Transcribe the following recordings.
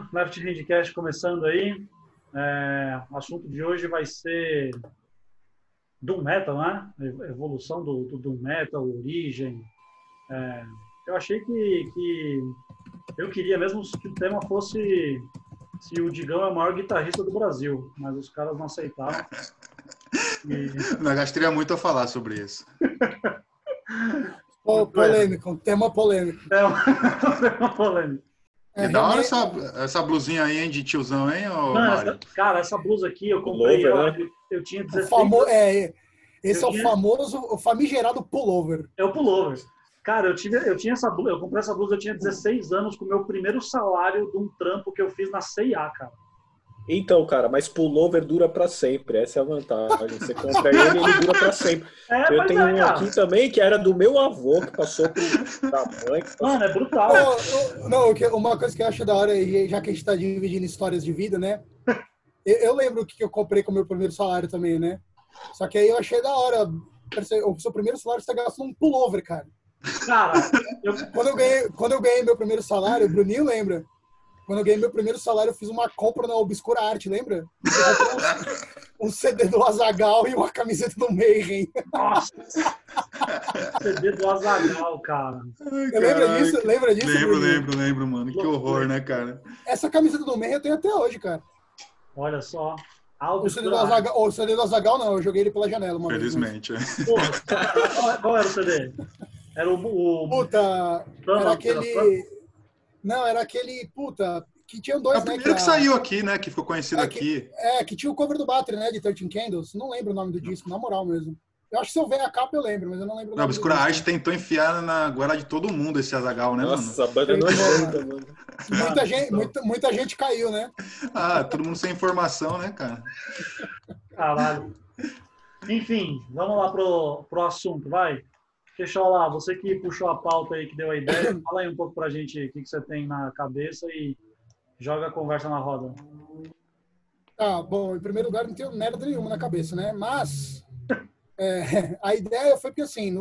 Left Handcast começando aí. O assunto de hoje vai ser Doom Metal, né? Evolução do Doom Metal, origem. Eu achei que eu queria mesmo que o tema fosse se o Digão é o maior guitarrista do Brasil, mas os caras não aceitaram. Não gastaria muito a falar sobre isso. Polêmico, tema polêmico. É um tema polêmico. E da hora essa blusinha aí, hein, de tiozão, hein, Mário? Cara, essa blusa aqui eu comprei, eu tinha 16 anos. Esse o famigerado pullover. É o pullover. Cara, eu tinha essa blusa, eu comprei essa blusa, eu tinha 16 anos com o meu primeiro salário de um trampo que eu fiz na C&A, cara. Então, cara, mas pullover dura pra sempre, essa é a vantagem. Você compra ele dura pra sempre. Eu tenho um aqui também que era do meu avô, que passou pra mãe. Mano, é brutal. Uma coisa que eu acho da hora, já que a gente tá dividindo histórias de vida, né? Eu lembro que eu comprei com o meu primeiro salário também, né? Só que aí eu achei da hora. O seu primeiro salário você gastou num pullover, cara. Cara, quando eu ganhei meu primeiro salário, o Bruninho lembra? Quando eu ganhei meu primeiro salário, eu fiz uma compra na Obscura Arte, lembra? Um CD do Azaghal e uma camiseta do Mayhem. Nossa! CD do Azaghal, cara. Lembra disso? Lembro, mano. Que horror, né, cara? Essa camiseta do Mayhem eu tenho até hoje, cara. Olha só. O CD do Azaghal não, eu joguei ele pela janela uma Felizmente, vez. Porra, qual era o CD? Era o... Puta, era aquele... Não, era aquele, que tinha dois, né? O primeiro que saiu aqui, né? Que ficou conhecido aqui. Que tinha o cover do Battery, né? De 13 Candles. Não lembro o nome do disco, na moral mesmo. Eu acho que se eu ver a capa eu lembro, mas eu não lembro o nome. A Obscura Arte tentou enfiar na goela de todo mundo esse Azaghal, né, Nossa, mano? Nossa, a banda nojenta, mano. Muita gente caiu, né? Todo mundo sem informação, né, cara? Caralho. Enfim, vamos lá pro assunto, vai. Deixa lá, você que puxou a pauta aí, que deu a ideia, fala aí um pouco pra gente o que você tem na cabeça e joga a conversa na roda. Bom, em primeiro lugar, não tenho merda nenhuma na cabeça, né? Mas a ideia foi que, assim,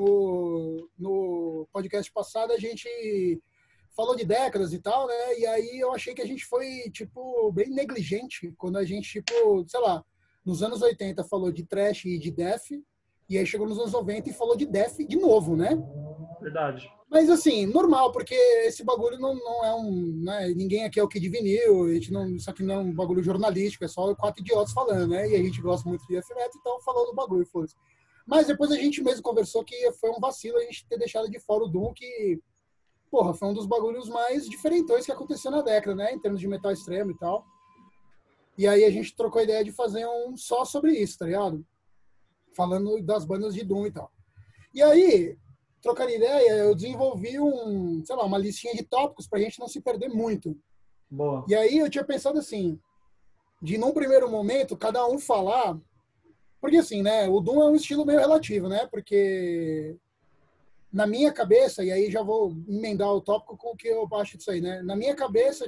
no podcast passado a gente falou de décadas e tal, né? E aí eu achei que a gente foi, bem negligente quando a gente, sei lá, nos anos 80 falou de thrash e de death. E aí chegou nos anos 90 e falou de death de novo, né? Verdade. Mas assim, normal, porque esse bagulho não é né? Ninguém aqui é o Kid Vinil, isso aqui não é um bagulho jornalístico, é só 4 idiotas falando, né? E a gente gosta muito de death metal, então falou do bagulho, foda-se. Mas depois a gente mesmo conversou que foi um vacilo a gente ter deixado de fora o Doom, que, porra, foi um dos bagulhos mais diferentões que aconteceu na década, né? Em termos de metal extremo e tal. E aí a gente trocou a ideia de fazer um só sobre isso, tá ligado? Falando das bandas de Doom e tal. E aí, trocando ideia, eu desenvolvi uma listinha de tópicos pra gente não se perder muito. Boa. E aí eu tinha pensado assim, de num primeiro momento, cada um falar, porque assim, né, o Doom é um estilo meio relativo, né, porque na minha cabeça, e aí já vou emendar o tópico com o que eu acho disso aí, né, na minha cabeça,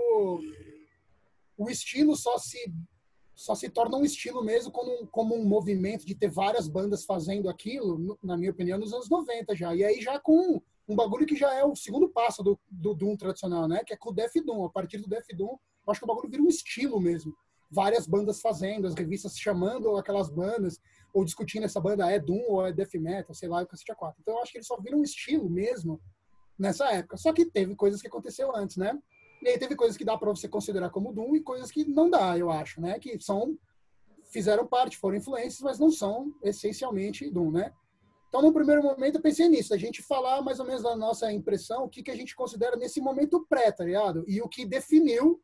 o estilo só se torna um estilo mesmo como um movimento de ter várias bandas fazendo aquilo, na minha opinião, nos anos 90 já. E aí já com um bagulho que já é o segundo passo do Doom tradicional, né? Que é com o Death Doom. A partir do Death Doom, eu acho que o bagulho vira um estilo mesmo. Várias bandas fazendo, as revistas chamando aquelas bandas, ou discutindo essa banda é Doom ou é Death Metal, sei lá, o cacete a quatro. Então eu acho que ele só vira um estilo mesmo nessa época. Só que teve coisas que aconteceu antes, né? E aí teve coisas que dá para você considerar como Doom e coisas que não dá, eu acho, né? Que fizeram parte, foram influências, mas não são essencialmente Doom, né? Então, no primeiro momento, eu pensei nisso, a gente falar mais ou menos da nossa impressão, o que a gente considera nesse momento pré, tá ligado? E o que definiu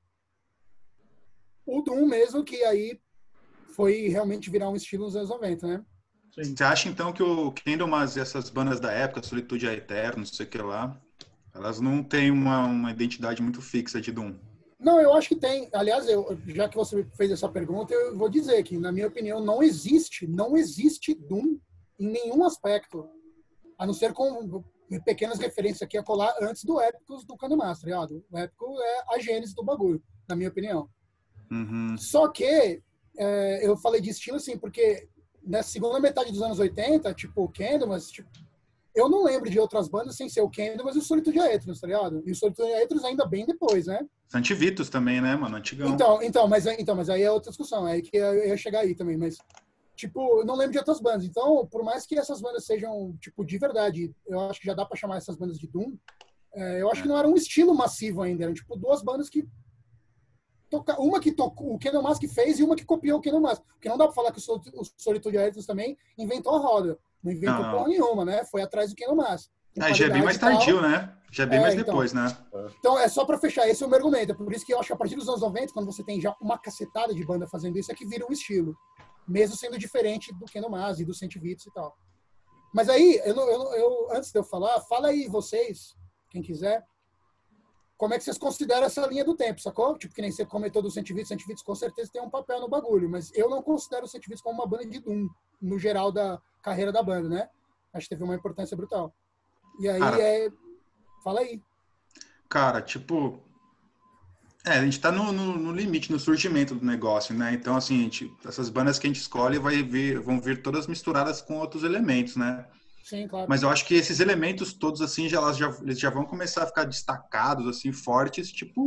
o Doom mesmo, que aí foi realmente virar um estilo nos anos 90, né? Sim. Você acha, então, que o Candlemas e essas bandas da época, Solitude é Eterno, não sei o que lá, elas não têm uma identidade muito fixa de Doom? Não, eu acho que tem. Aliás, já que você fez essa pergunta, eu vou dizer que, na minha opinião, não existe Doom em nenhum aspecto, a não ser com pequenas referências aqui a colar antes do Épicos do Candlemass, ligado? O Épico é a gênese do bagulho, na minha opinião. Uhum. Só que eu falei de estilo assim, porque na segunda metade dos anos 80, o Candlemass, eu não lembro de outras bandas sem ser o Candle, mas o Solitude Aeternus, tá ligado? E o Solitude Aeternus ainda bem depois, né? Santivitus também, né, mano? Antigão. Mas aí é outra discussão, é aí que eu ia chegar aí também, mas tipo, eu não lembro de outras bandas. Então, por mais que essas bandas sejam, tipo, de verdade, eu acho que já dá pra chamar essas bandas de Doom, eu acho que não era um estilo massivo ainda, eram tipo duas bandas que uma que tocou, o Kenan Mask fez e uma que copiou o Kenan Mask. Porque não dá pra falar que o Solitude Aeternus também inventou a roda. Não inventou porra nenhuma, né? Foi atrás do Kenan Mask. Já é bem mais tardio, né? Já é bem mais depois, né? Então, é só pra fechar, esse é o meu argumento. É por isso que eu acho que a partir dos anos 90, quando você tem já uma cacetada de banda fazendo isso, é que vira um estilo. Mesmo sendo diferente do Kenan Mask e do Sentivits e tal. Mas aí, antes de eu falar, fala aí vocês, quem quiser, como é que vocês consideram essa linha do tempo, sacou? Tipo, que nem você comentou do Sentivits com certeza tem um papel no bagulho, mas eu não considero o Sentivits como uma banda de Doom, no geral da carreira da banda, né? Acho que teve uma importância brutal. E aí, cara, fala aí. Cara, tipo... a gente tá no limite, no surgimento do negócio, né? Então, assim, essas bandas que a gente escolhe vão vir todas misturadas com outros elementos, né? Sim, claro. Mas eu acho que esses elementos todos, assim, eles já vão começar a ficar destacados, assim, fortes, tipo,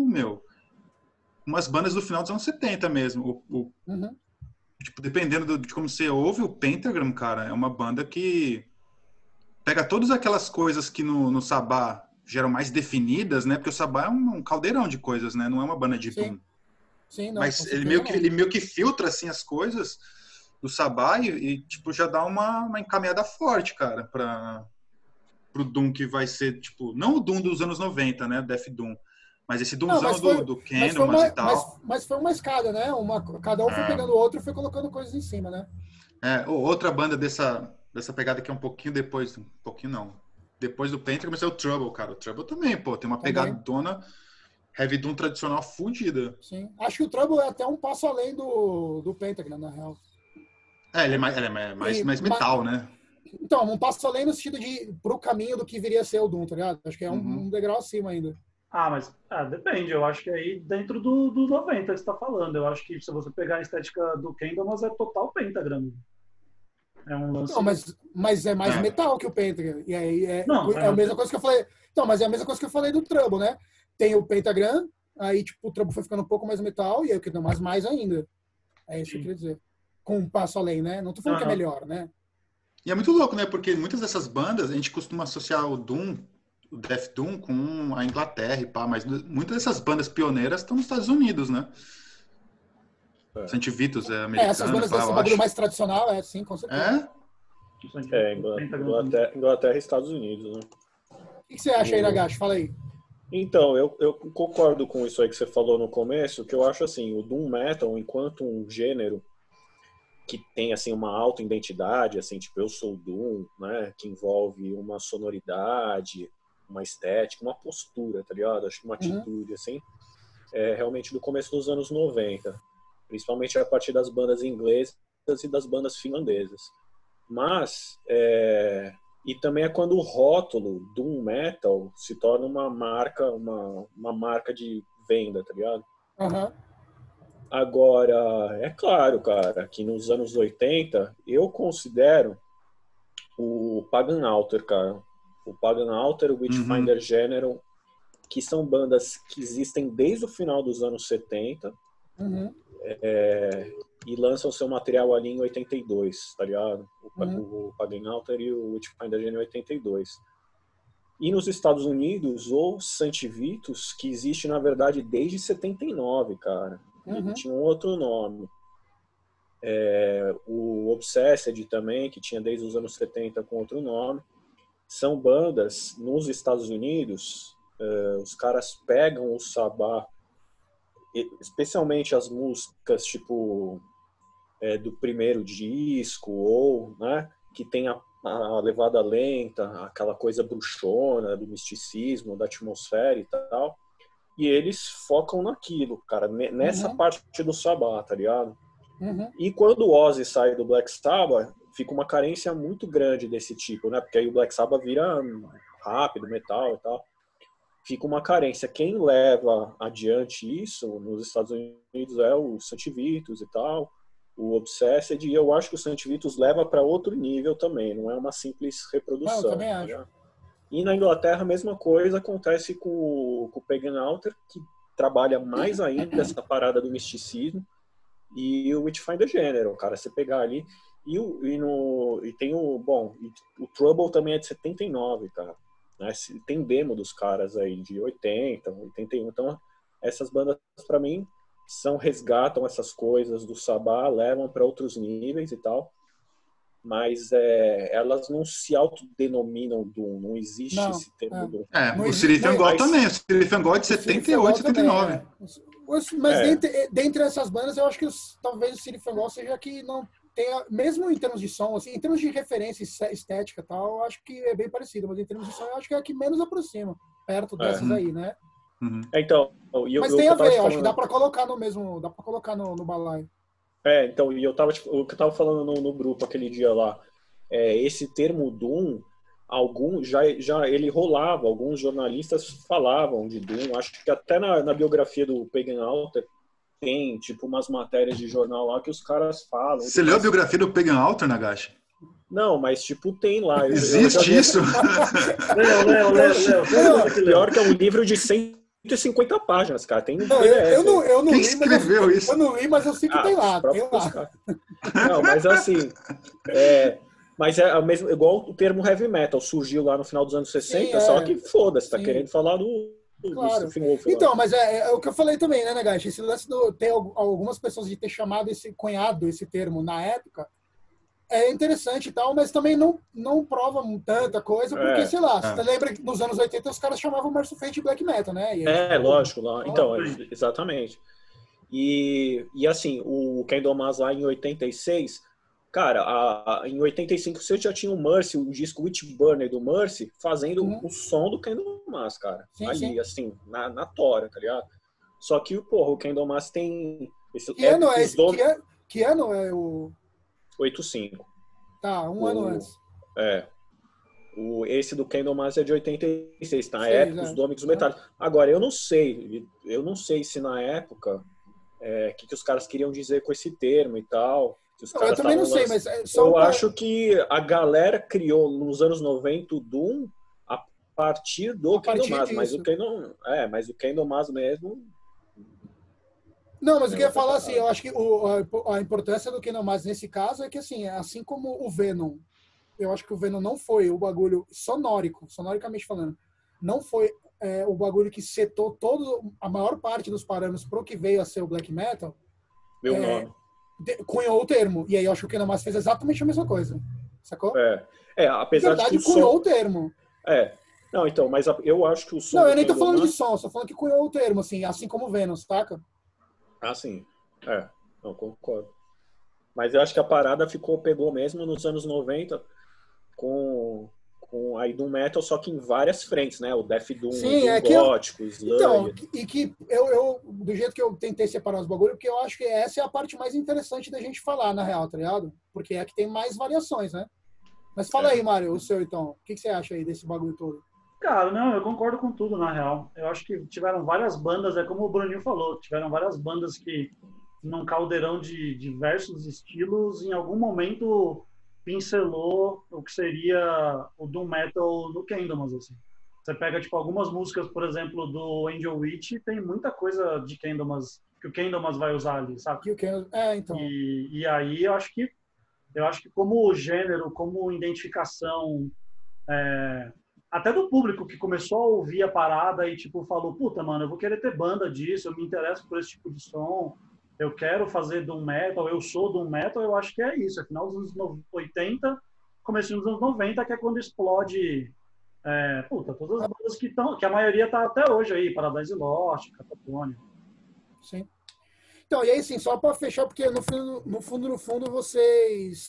umas bandas do final dos anos 70 mesmo. Tipo, dependendo de como você ouve, o Pentagram, cara, é uma banda que pega todas aquelas coisas que no Sabá geram mais definidas, né? Porque o Sabá é um caldeirão de coisas, né? Não é uma banda de Doom. Sim, não, mas ele meio que filtra, assim, as coisas do Sabá tipo, já dá uma encaminhada forte, cara, pro Doom que vai ser, tipo, não o Doom dos anos 90, né, Death Doom, mas esse Doomzão do Candlemas e tal. Mas foi uma escada, né? Cada um foi pegando o outro e foi colocando coisas em cima, né? Outra banda dessa pegada que é um pouquinho depois, depois do Pentagram, mas é o Trouble, cara. O Trouble também, pô, tem uma pegadona Heavy Doom tradicional fudida. Sim, acho que o Trouble é até um passo além do Pentagram, na real. Ele é mais metal, né? Então, um passo além no sentido de pro caminho do que viria a ser o Doom, tá ligado? Acho que é um degrau acima ainda. Mas depende. Eu acho que aí dentro do 90 que você tá falando. Eu acho que se você pegar a estética do Candlemas é total Pentagram. É um lance... Não, mas é mais metal que o Pentagram. E aí a mesma coisa que eu falei. Então, mas é a mesma coisa que eu falei do Trouble, né? Tem o Pentagram, aí tipo, o Trouble foi ficando um pouco mais metal, e aí o Candlemas mais ainda. É isso que eu queria dizer. Com um passo além, né? Não tô falando que é melhor, né? E é muito louco, né? Porque muitas dessas bandas, a gente costuma associar o Doom, o Death Doom, com a Inglaterra e pá, mas muitas dessas bandas pioneiras estão nos Estados Unidos, né? Sentivits é americano. Essas bandas desse bagulho mais tradicional, sim, com certeza. Inglaterra e Estados Unidos, né? O que você acha aí, Nagashi? Fala aí. Então, eu concordo com isso aí que você falou no começo, que eu acho assim, o Doom Metal, enquanto um gênero que tem assim uma auto-identidade, assim, tipo, eu sou o Doom, né, que envolve uma sonoridade, uma estética, uma postura, tá ligado? Acho que uma atitude, assim, realmente do começo dos anos 90, principalmente a partir das bandas inglesas e das bandas finlandesas. Mas, e também é quando o rótulo Doom Metal se torna uma marca de venda, tá ligado? Agora, é claro, cara, que nos anos 80 eu considero o Pagan Altar, cara. O Pagan Altar, o Witchfinder General, que são bandas que existem desde o final dos anos 70 e lançam seu material ali em 82, tá ligado? O Pagan Altar e o Witchfinder General em 82. E nos Estados Unidos, o Santivitus, que existe, na verdade, desde 79, cara. Ele tinha um outro nome. O Obsessed também, que tinha desde os anos 70 com outro nome. São bandas, nos Estados Unidos, os caras pegam o Sabá, especialmente as músicas, tipo, do primeiro disco, ou, né, que tem a levada lenta, aquela coisa bruxona, do misticismo, da atmosfera e tal. E eles focam naquilo, cara, nessa parte do Sabá, tá ligado? E quando o Ozzy sai do Black Sabbath, fica uma carência muito grande desse tipo, né? Porque aí o Black Sabbath vira rápido, metal e tal. Fica uma carência. Quem leva adiante isso nos Estados Unidos é o Santivitus e tal. o Obsessed, e eu acho que o Saint Vitus leva para outro nível também, não é uma simples reprodução. Não, eu também acho. Né? E na Inglaterra a mesma coisa acontece com o Pagan Altar, que trabalha mais ainda essa parada do misticismo, e o Witchfinder General, cara, você pegar ali, e tem o Trouble também é de 79, cara, né? Tem demo dos caras aí de 80, 81, então essas bandas para mim resgatam essas coisas do Sabá, levam para outros níveis e tal, mas elas não se autodenominam Doom, não existe esse termo Doom. O Sirith Angol também, o Sirith Angol é de 78, 79. Mas dentre essas bandas, eu acho que talvez o Sirith Angol seja que não tenha, mesmo em termos de som, assim, em termos de referência estética e tal, eu acho que é bem parecido, mas em termos de som, eu acho que é a que menos aproxima, perto dessas aí, né? Então, mas tem a ver, eu acho que dá pra colocar no mesmo, dá pra colocar no balaio. Então, e o que eu tava falando no grupo aquele dia lá, esse termo Doom, ele rolava, alguns jornalistas falavam de Doom, acho que até na biografia do Pagan Altar tem, tipo, umas matérias de jornal lá que os caras falam. Você leu a biografia do Pagan Altar, Nagashi? Não, mas, tipo, tem lá. Existe isso? Leo. Pior que é um livro de 150 páginas, cara. Tem eu não Quem li, escreveu isso? Eu não li, mas eu sei que tem lá. Não, mas assim... Mas é mesmo, igual o termo heavy metal surgiu lá no final dos anos 60, só que foda-se, tá querendo falar do claro. Então, mas é o que eu falei também, né, Nagashi? Esse lance ter algumas pessoas de ter chamado esse termo na época é interessante e tal, mas também não prova tanta coisa, porque, sei lá, você lembra que nos anos 80 os caras chamavam Merciful Fate de black metal, né? E aí, lógico. Lá. Então, exatamente. E assim, o Candlemas lá em 86, cara, em 85 você já tinha o Mercy, o disco Witchburner do Mercy, fazendo o som do Candlemas, cara. Sim. Assim, na tora, tá ligado? Só que, o Candlemas tem... Que ano é o... 85. Tá, um ano antes. Esse do Candlemas é de 86, na época, os Dominicos Metálicos. Agora, eu não sei se na época que os caras queriam dizer com esse termo e tal. Eu também não sei, mas... Eu acho que a galera criou nos anos 90 o Doom a partir do Candlemas, mas o Candlemas mesmo... Não, mas eu queria falar assim, eu acho que a importância do Candlemas nesse caso é que, assim como o Venom, eu acho que o Venom não foi o bagulho sonoricamente falando, não foi o bagulho que setou a maior parte dos parâmetros pro que veio a ser o black metal. Meu nome. Cunhou o termo. E aí eu acho que o Candlemas fez exatamente a mesma coisa. Sacou? Apesar na verdade, de que cunhou o termo. Não, então, mas eu acho que o som... Não, eu nem tô falando de som, só falando que cunhou o termo, assim como o Venom, saca? Ah, sim. Não, concordo. Mas eu acho que a parada pegou mesmo nos anos 90 com aí Doom Metal, só que em várias frentes, né? O Death Doom, sim, o Doom gótico, o Slayer. Então, e que eu, do jeito que eu tentei separar os bagulhos, porque eu acho que essa é a parte mais interessante da gente falar, na real, tá ligado? Porque é que tem mais variações, né? Mas fala aí, Mário, o seu então. O que você acha aí desse bagulho todo? Cara, não, eu concordo com tudo, na real. Eu acho que tiveram várias bandas, como o Bruninho falou, tiveram várias bandas que, num caldeirão de diversos estilos, em algum momento pincelou o que seria o Doom Metal no Candlemas, assim. Você pega, tipo, algumas músicas, por exemplo, do Angel Witch, tem muita coisa de Candlemas, que o Candlemas vai usar ali, sabe? Então. E aí eu acho que como gênero, como identificação... até do público que começou a ouvir a parada e, tipo, falou, puta, mano, eu vou querer ter banda disso, eu me interesso por esse tipo de som, eu quero fazer Doom Metal, eu sou Doom Metal, eu acho que é isso. É final dos anos 80, comecinho dos anos 90, que é quando explode, todas as bandas que a maioria tá até hoje aí, Paradise Lost, Catatonia. Sim. Então, e aí, assim, só para fechar, porque no fundo, vocês...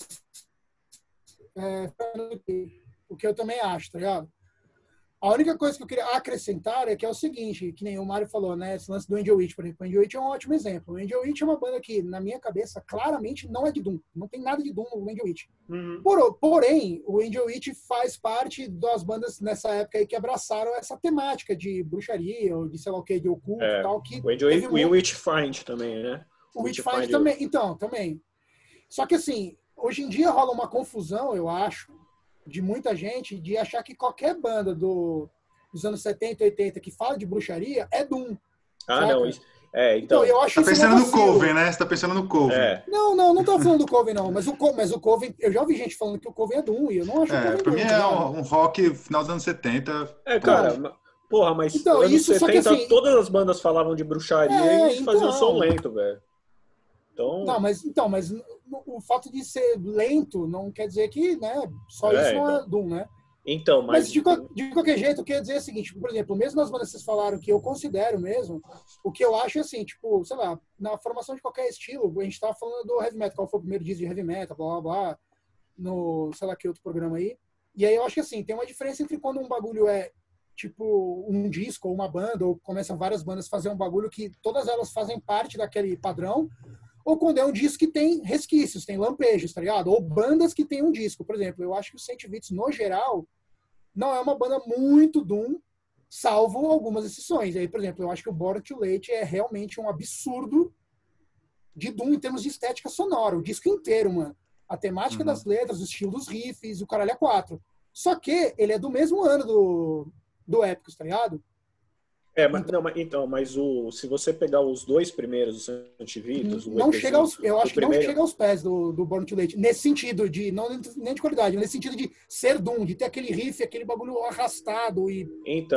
o que eu também acho, tá ligado? A única coisa que eu queria acrescentar é que é o seguinte, que nem o Mário falou, né? Esse lance do Angel Witch, por exemplo. O Angel Witch é um ótimo exemplo. O Angel Witch é uma banda que, na minha cabeça, claramente não é de Doom. Não tem nada de Doom no Angel Witch. Porém, o Angel Witch faz parte das bandas nessa época aí que abraçaram essa temática de bruxaria, ou de sei lá o que, de oculto e tal. Que o Angel Witch Find também, né? O Witchfinder também. Então, também. Só que assim, hoje em dia rola uma confusão, eu acho, de muita gente, de achar que qualquer banda dos anos 70, 80 que fala de bruxaria é Doom. Ah, saca? não. Então, eu acho tá isso pensando um no vacilo. Coven, né? Você tá pensando no Coven. Não tô falando do Coven, não. Mas o Coven, eu já ouvi gente falando que o Coven é Doom, e eu não acho o Coven Pra Doom. mim é um rock final dos anos 70. Cara, porra, mas então, anos isso, 70 só que assim, todas as bandas falavam de bruxaria e faziam som lento, velho. Então... Não, mas o fato de ser lento não quer dizer que, né, só isso não é Doom, né? Então, mas de qualquer jeito, eu queria dizer o seguinte, por exemplo, mesmo nas bandas que vocês falaram que eu considero mesmo, o que eu acho é assim, tipo, sei lá, na formação de qualquer estilo, a gente tava falando do heavy metal, qual foi o primeiro disco de heavy metal, blá, blá, blá, no, sei lá que outro programa aí. E aí eu acho que assim, tem uma diferença entre quando um bagulho é, tipo, um disco ou uma banda, ou começam várias bandas a fazer um bagulho que todas elas fazem parte daquele padrão, ou quando é um disco que tem resquícios, tem lampejos, tá ligado? Ou bandas que tem um disco. Por exemplo, eu acho que o Saint Vitus, no geral, não é uma banda muito Doom, salvo algumas exceções. Aí, por exemplo, eu acho que o Born Too Late é realmente um absurdo de Doom em termos de estética sonora. O disco inteiro, mano. A temática das letras, o estilo dos riffs, o caralho é 4. Só que ele é do mesmo ano do Épicos, tá ligado? Mas se você pegar os dois primeiros, o Saint Vitus, não chega eu acho que não chega aos pés do Born Too Late, nesse sentido de, não nem de qualidade, nesse sentido de ser Doom, de ter aquele riff, aquele bagulho arrastado e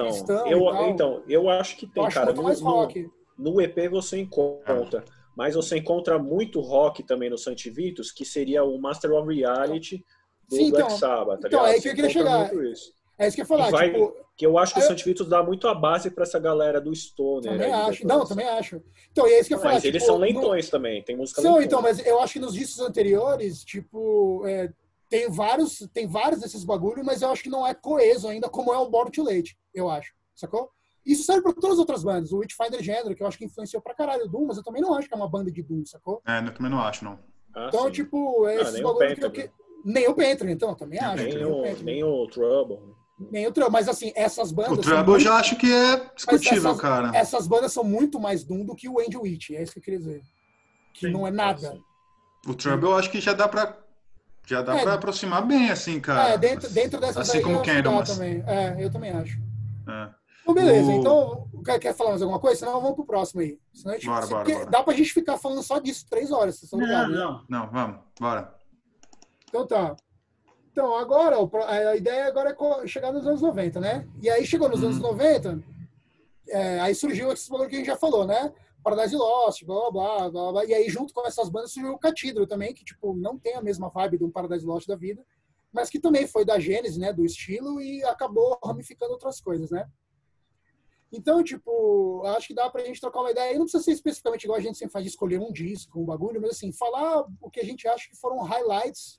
eu acho que tem, cara, mais rock. No EP você encontra, mas você encontra muito rock também no Saint Vitus, que seria o Master of Reality do Black Sabbath, tá ligado? É aí que eu queria chegar. É isso que eu ia falar, que eu acho que o Saint Vitus dá muito a base pra essa galera do Stoner. Também acho. Não, também acho. Então, e é isso que eu ia falar. Mas eles são lentões também, tem música lentões. Então, mas eu acho que nos discos anteriores, tipo, tem vários desses bagulhos, mas eu acho que não é coeso ainda, como é o Born Too Late, eu acho. Sacou? Isso serve pra todas as outras bandas. O Witchfinder Gênero, que eu acho que influenciou pra caralho o Doom, mas eu também não acho que é uma banda de Doom, sacou? Eu também não acho, não. Então, sim. tipo, esses bagulhos que... Nem o Pentagon, então, também acho. Nem o Trouble. Nem o Trouble, mas assim, essas bandas... O Trouble eu já acho que é discutível, cara. Essas bandas são muito mais Doom do que o Angel Witch, é isso que eu queria dizer. Que não é nada. O Trouble eu acho que já dá pra aproximar bem, assim, cara. Dentro dessas assim como Candlemas também. Eu também acho. Então, beleza. Então, quer falar mais alguma coisa? Senão vamos pro próximo aí. Senão bora. Dá pra gente ficar falando só disso 3 horas, vocês estão ligados? Não, vamos, bora. Então tá. Então, agora, a ideia agora é chegar nos anos 90, né? E aí chegou nos anos 90, aí surgiu esse valor que a gente já falou, né? Paradise Lost, blá, blá, blá, blá. E aí, junto com essas bandas, surgiu o Cathedral também, que, tipo, não tem a mesma vibe do Paradise Lost da vida, mas que também foi da gênese, né? Do estilo e acabou ramificando outras coisas, né? Então, tipo, acho que dá pra gente trocar uma ideia. Aí não precisa ser especificamente igual a gente sempre faz de escolher um disco, um bagulho, mas assim, falar o que a gente acha que foram highlights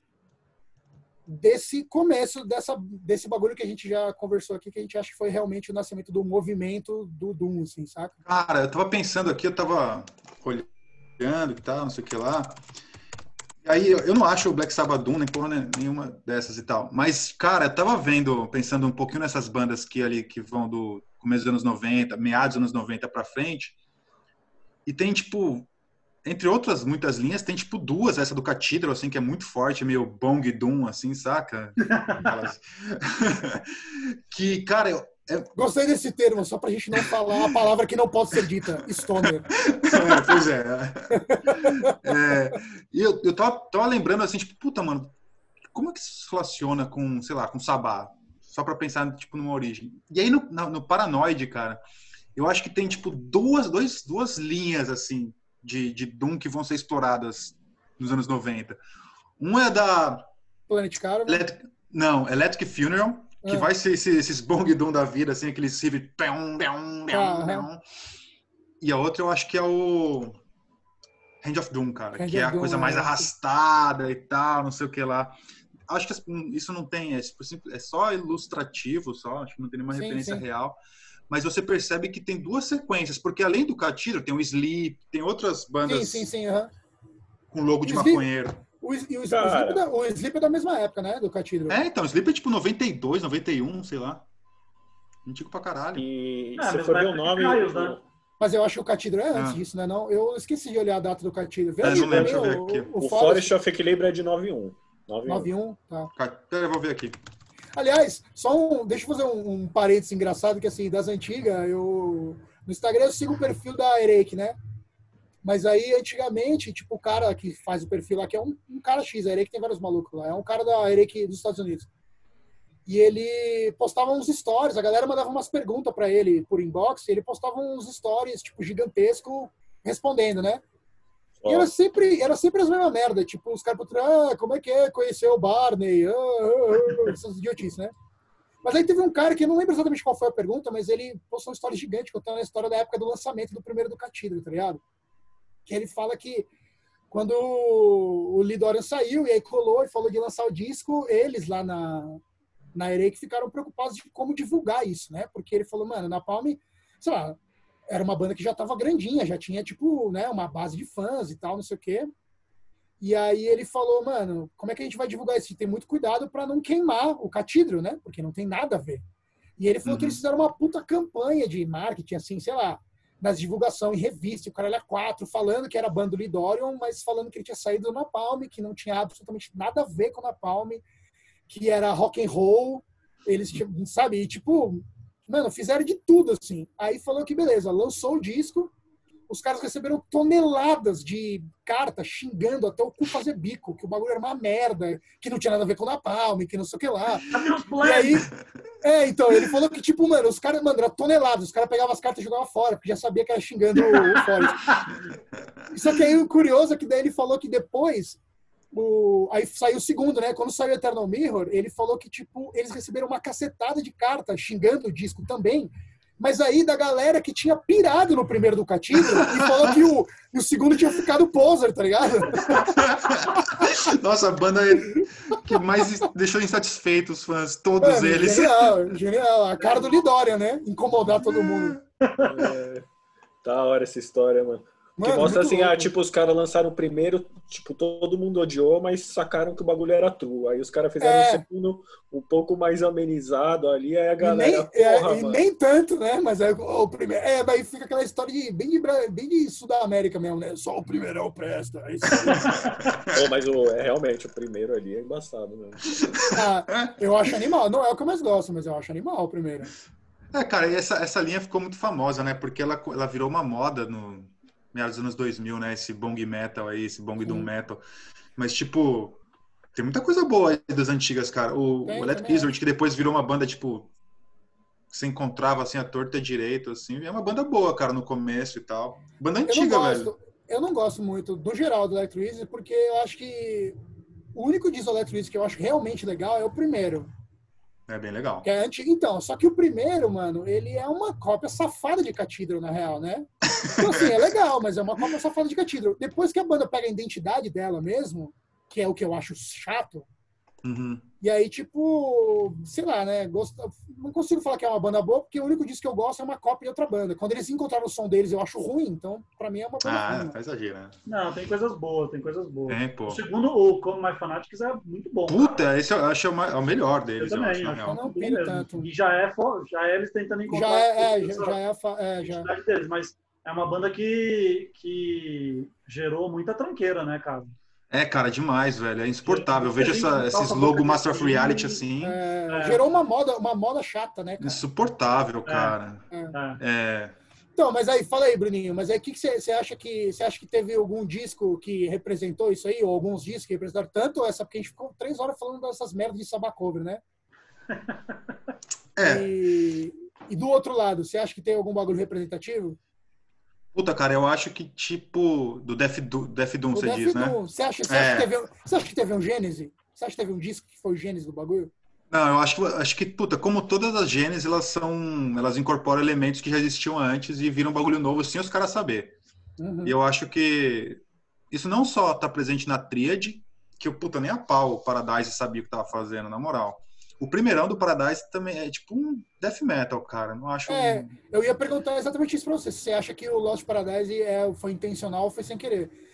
desse começo, desse bagulho que a gente já conversou aqui, que a gente acha que foi realmente o nascimento do movimento do Doom, assim, saca? Cara, eu tava pensando aqui, eu tava olhando e tal, não sei o que lá. E aí, eu não acho o Black Sabbath Doom, nem porra nenhuma dessas e tal. Mas, cara, eu tava pensando um pouquinho nessas bandas que vão do começo dos anos 90, meados dos anos 90 pra frente. E tem, tipo... Entre outras muitas linhas, tem tipo 2, essa do Cathedral, assim, que é muito forte, meio Bong Doom, assim, saca? Que, cara... Gostei desse termo, só pra gente não falar a palavra que não pode ser dita, Stoner. Pois é. E eu tava lembrando, assim, tipo, puta, mano, como é que isso se relaciona com, sei lá, com Sabá? Só pra pensar, tipo, numa origem. E aí, no Paranoid, cara, eu acho que tem, tipo, duas linhas, assim, de Doom que vão ser exploradas nos anos 90. Um é da... Planet Caravan? Electric Funeral, que vai ser esses Bong Doom da vida, assim, aqueles riff... E a outra eu acho que é o Hand of Doom, cara, que é a coisa mais arrastada e tal, não sei o que lá. Acho que isso não tem... É só ilustrativo, só, acho que não tem nenhuma referência real. Mas você percebe que tem 2 sequências, porque além do Cathedral tem o Sleep, tem outras bandas com logo de maconheiro. O Sleep é da mesma época, né, do Cathedral. Então, o Sleep é tipo 92, 91, sei lá. Antigo pra caralho. E você foi ver o nome... Mas eu acho que o Catidro é antes disso, né? Não, eu esqueci de olhar a data do Catidro. Não lembro, deixa eu ver aqui. O Forest of Equilibrium é de 9-1. 9-1, tá. Eu vou ver aqui. Aliás, deixa eu fazer um parênteses engraçado, que assim, das antigas, no Instagram eu sigo o perfil da Erek, né? Mas aí, antigamente, tipo, o cara que faz o perfil lá, que é um cara X, a Erek tem vários malucos lá, é um cara da Erek dos Estados Unidos. E ele postava uns stories, a galera mandava umas perguntas pra ele por inbox, e ele postava uns stories, tipo, gigantesco, respondendo, né? E era sempre as mesmas merda, tipo, os caras perguntando, como é que é conhecer o Barney? Essas idiotices, né? Mas aí teve um cara que eu não lembro exatamente qual foi a pergunta, mas ele postou uma história gigante, contando a história da época do lançamento do primeiro do Catidro, tá ligado? Que ele fala que quando o Lee Dorian saiu, e aí colou e falou de lançar o disco, eles lá na Erek ficaram preocupados de como divulgar isso, né? Porque ele falou, mano, Napalm, sei lá, era uma banda que já tava grandinha, já tinha, tipo, né, uma base de fãs e tal, não sei o quê. E aí ele falou, mano, como é que a gente vai divulgar isso? Tem muito cuidado para não queimar o Catidro, né? Porque não tem nada a ver. E ele falou que eles fizeram uma puta campanha de marketing, assim, sei lá, nas divulgação em revista, o caralho a 4, falando que era a banda do Lee Dorian, mas falando que ele tinha saído do Napalm, que não tinha absolutamente nada a ver com o Napalm, que era rock and roll, eles, sabe, e tipo, mano, fizeram de tudo, assim. Aí falou que beleza, lançou o disco, os caras receberam toneladas de cartas xingando até o cu fazer bico, que o bagulho era uma merda, que não tinha nada a ver com o Napalm, que não sei o que lá. E aí, então, ele falou que, tipo, mano, os caras mandaram toneladas, os caras pegavam as cartas e jogavam fora, porque já sabia que era xingando o Forrest. Só que aí o curioso é que daí ele falou que depois, aí saiu o segundo, né? Quando saiu Eternal Mirror, ele falou que, tipo, eles receberam uma cacetada de cartas xingando o disco também, mas aí da galera que tinha pirado no primeiro do Catidro e falou que o segundo tinha ficado poser, tá ligado? Nossa, a banda que mais deixou insatisfeitos os fãs, todos eles. Genial. A cara do Lee Dorian, né? Incomodar todo mundo. Da hora essa história, mano. Que mostra assim, tipo, os caras lançaram o primeiro, tipo, todo mundo odiou, mas sacaram que o bagulho era true. Aí os caras fizeram o segundo um pouco mais amenizado ali, aí a galera, nem tanto, né? Mas é o primeiro. Aí fica aquela história bem de Sul da América mesmo, né? Só o primeiro presta. Mas realmente, o primeiro ali é embaçado mesmo. Eu acho animal. Não é o que eu mais gosto, mas eu acho animal o primeiro. Cara, e essa linha ficou muito famosa, né? Porque ela virou uma moda no meados dos anos 2000, né? Esse bong metal aí, esse bong doom metal. Mas, tipo, tem muita coisa boa aí das antigas, cara. O Electric Lizard, que depois virou uma banda, tipo, que você encontrava, assim, a torta direito, assim. É uma banda boa, cara, no começo e tal. Banda antiga, velho. Eu não gosto muito, do geral, do Electric Lizard, porque eu acho que o único disco do Electric Lizard que eu acho realmente legal é o primeiro. É bem legal. Que é antigo, então. Só que o primeiro, mano, ele é uma cópia safada de Catidro, na real, né? Então, assim, é legal, mas é uma cópia safada de Catidro. Depois que a banda pega a identidade dela mesmo, que é o que eu acho chato, e aí, tipo, sei lá, né? Não consigo falar que é uma banda boa, porque o único disco que eu gosto é uma cópia de outra banda. Quando eles encontraram o som deles, eu acho ruim, então, pra mim, é uma banda ruim. Tá exagerando. Não, tem coisas boas. Tem, pô. O segundo, o Come My Fanatics, é muito bom. Puta, cara. Esse eu acho o melhor deles. Eu também, eu não piro tanto. E já é eles tentando encontrar a identidade deles, mas é uma banda que gerou muita tranqueira, né, cara? Cara, demais, velho. É insuportável. Eu vejo esses logo Master of Reality assim. Gerou uma moda chata, né, cara? Insuportável, cara. Então, mas aí, fala aí, Bruninho, mas aí o que você acha que teve algum disco que representou isso aí, ou alguns discos que representaram tanto essa, porque a gente ficou 3 horas falando dessas merdas de Sabbath cover, né? E do outro lado, você acha que tem algum bagulho representativo? Puta, cara, eu acho que tipo do Death Doom, você diz, né? Você acha que teve um Gênese? Você acha que teve um disco que foi o Gênese do bagulho? Não, eu acho que, puta, como todas as Gênesis, elas incorporam elementos que já existiam antes e viram um bagulho novo sem os caras saber. E eu acho que isso não só tá presente na Tríade, que eu, puta, nem a pau o Paradise sabia o que tava fazendo, na moral. O primeirão do Paradise também é tipo um death metal, cara. Não acho. Eu ia perguntar exatamente isso pra você. Se você acha que o Lost Paradise foi intencional ou foi sem querer?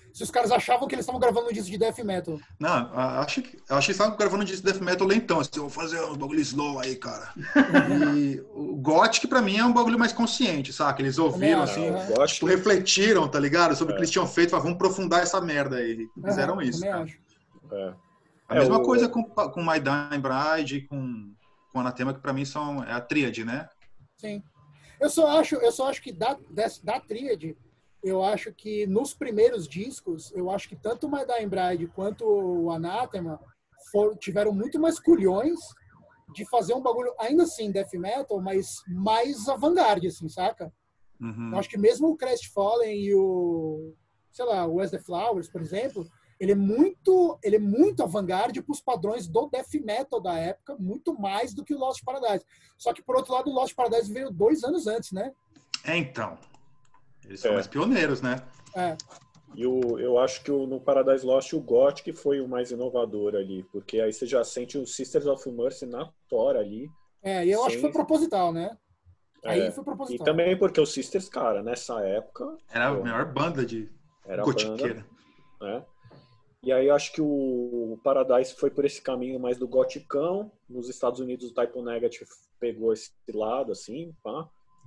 se os caras achavam que eles estavam gravando um disco de death metal. Não, acho que eles estavam gravando um disco de death metal lentão. Assim, eu vou fazer uns bagulho slow aí, cara. E o Gothic, pra mim, é um bagulho mais consciente, saca? Eles ouviram, assim, tipo, refletiram, tá ligado? Sobre o que eles tinham feito. Falaram, vamos aprofundar essa merda aí. E fizeram isso, cara. Acho. A mesma coisa com My Dying Bride e com Anathema, que pra mim é a tríade, né? Sim. Eu só acho que da tríade, eu acho que nos primeiros discos, eu acho que tanto o My Dying Bride quanto o Anathema tiveram muito mais culhões de fazer um bagulho, ainda assim, death metal, mas mais avant-garde, assim, saca? Uhum. Eu acho que mesmo o Crestfallen e o, sei lá, o As the Flowers, por exemplo, ele é muito avant-garde para os padrões do death metal da época, muito mais do que o Lost Paradise. Só que, por outro lado, o Lost Paradise veio 2 anos antes, né? Então. Eles são mais pioneiros, né? E eu acho que no Paradise Lost o Gothic foi o mais inovador ali, porque aí você já sente o Sisters of Mercy na tora ali. E eu acho que foi proposital, né? Aí foi proposital. E também porque o Sisters, cara, nessa época... Era a melhor banda de gotiqueira. Né? E aí eu acho que o Paradise foi por esse caminho mais do goticão. Nos Estados Unidos o Type O Negative pegou esse lado, assim, pá.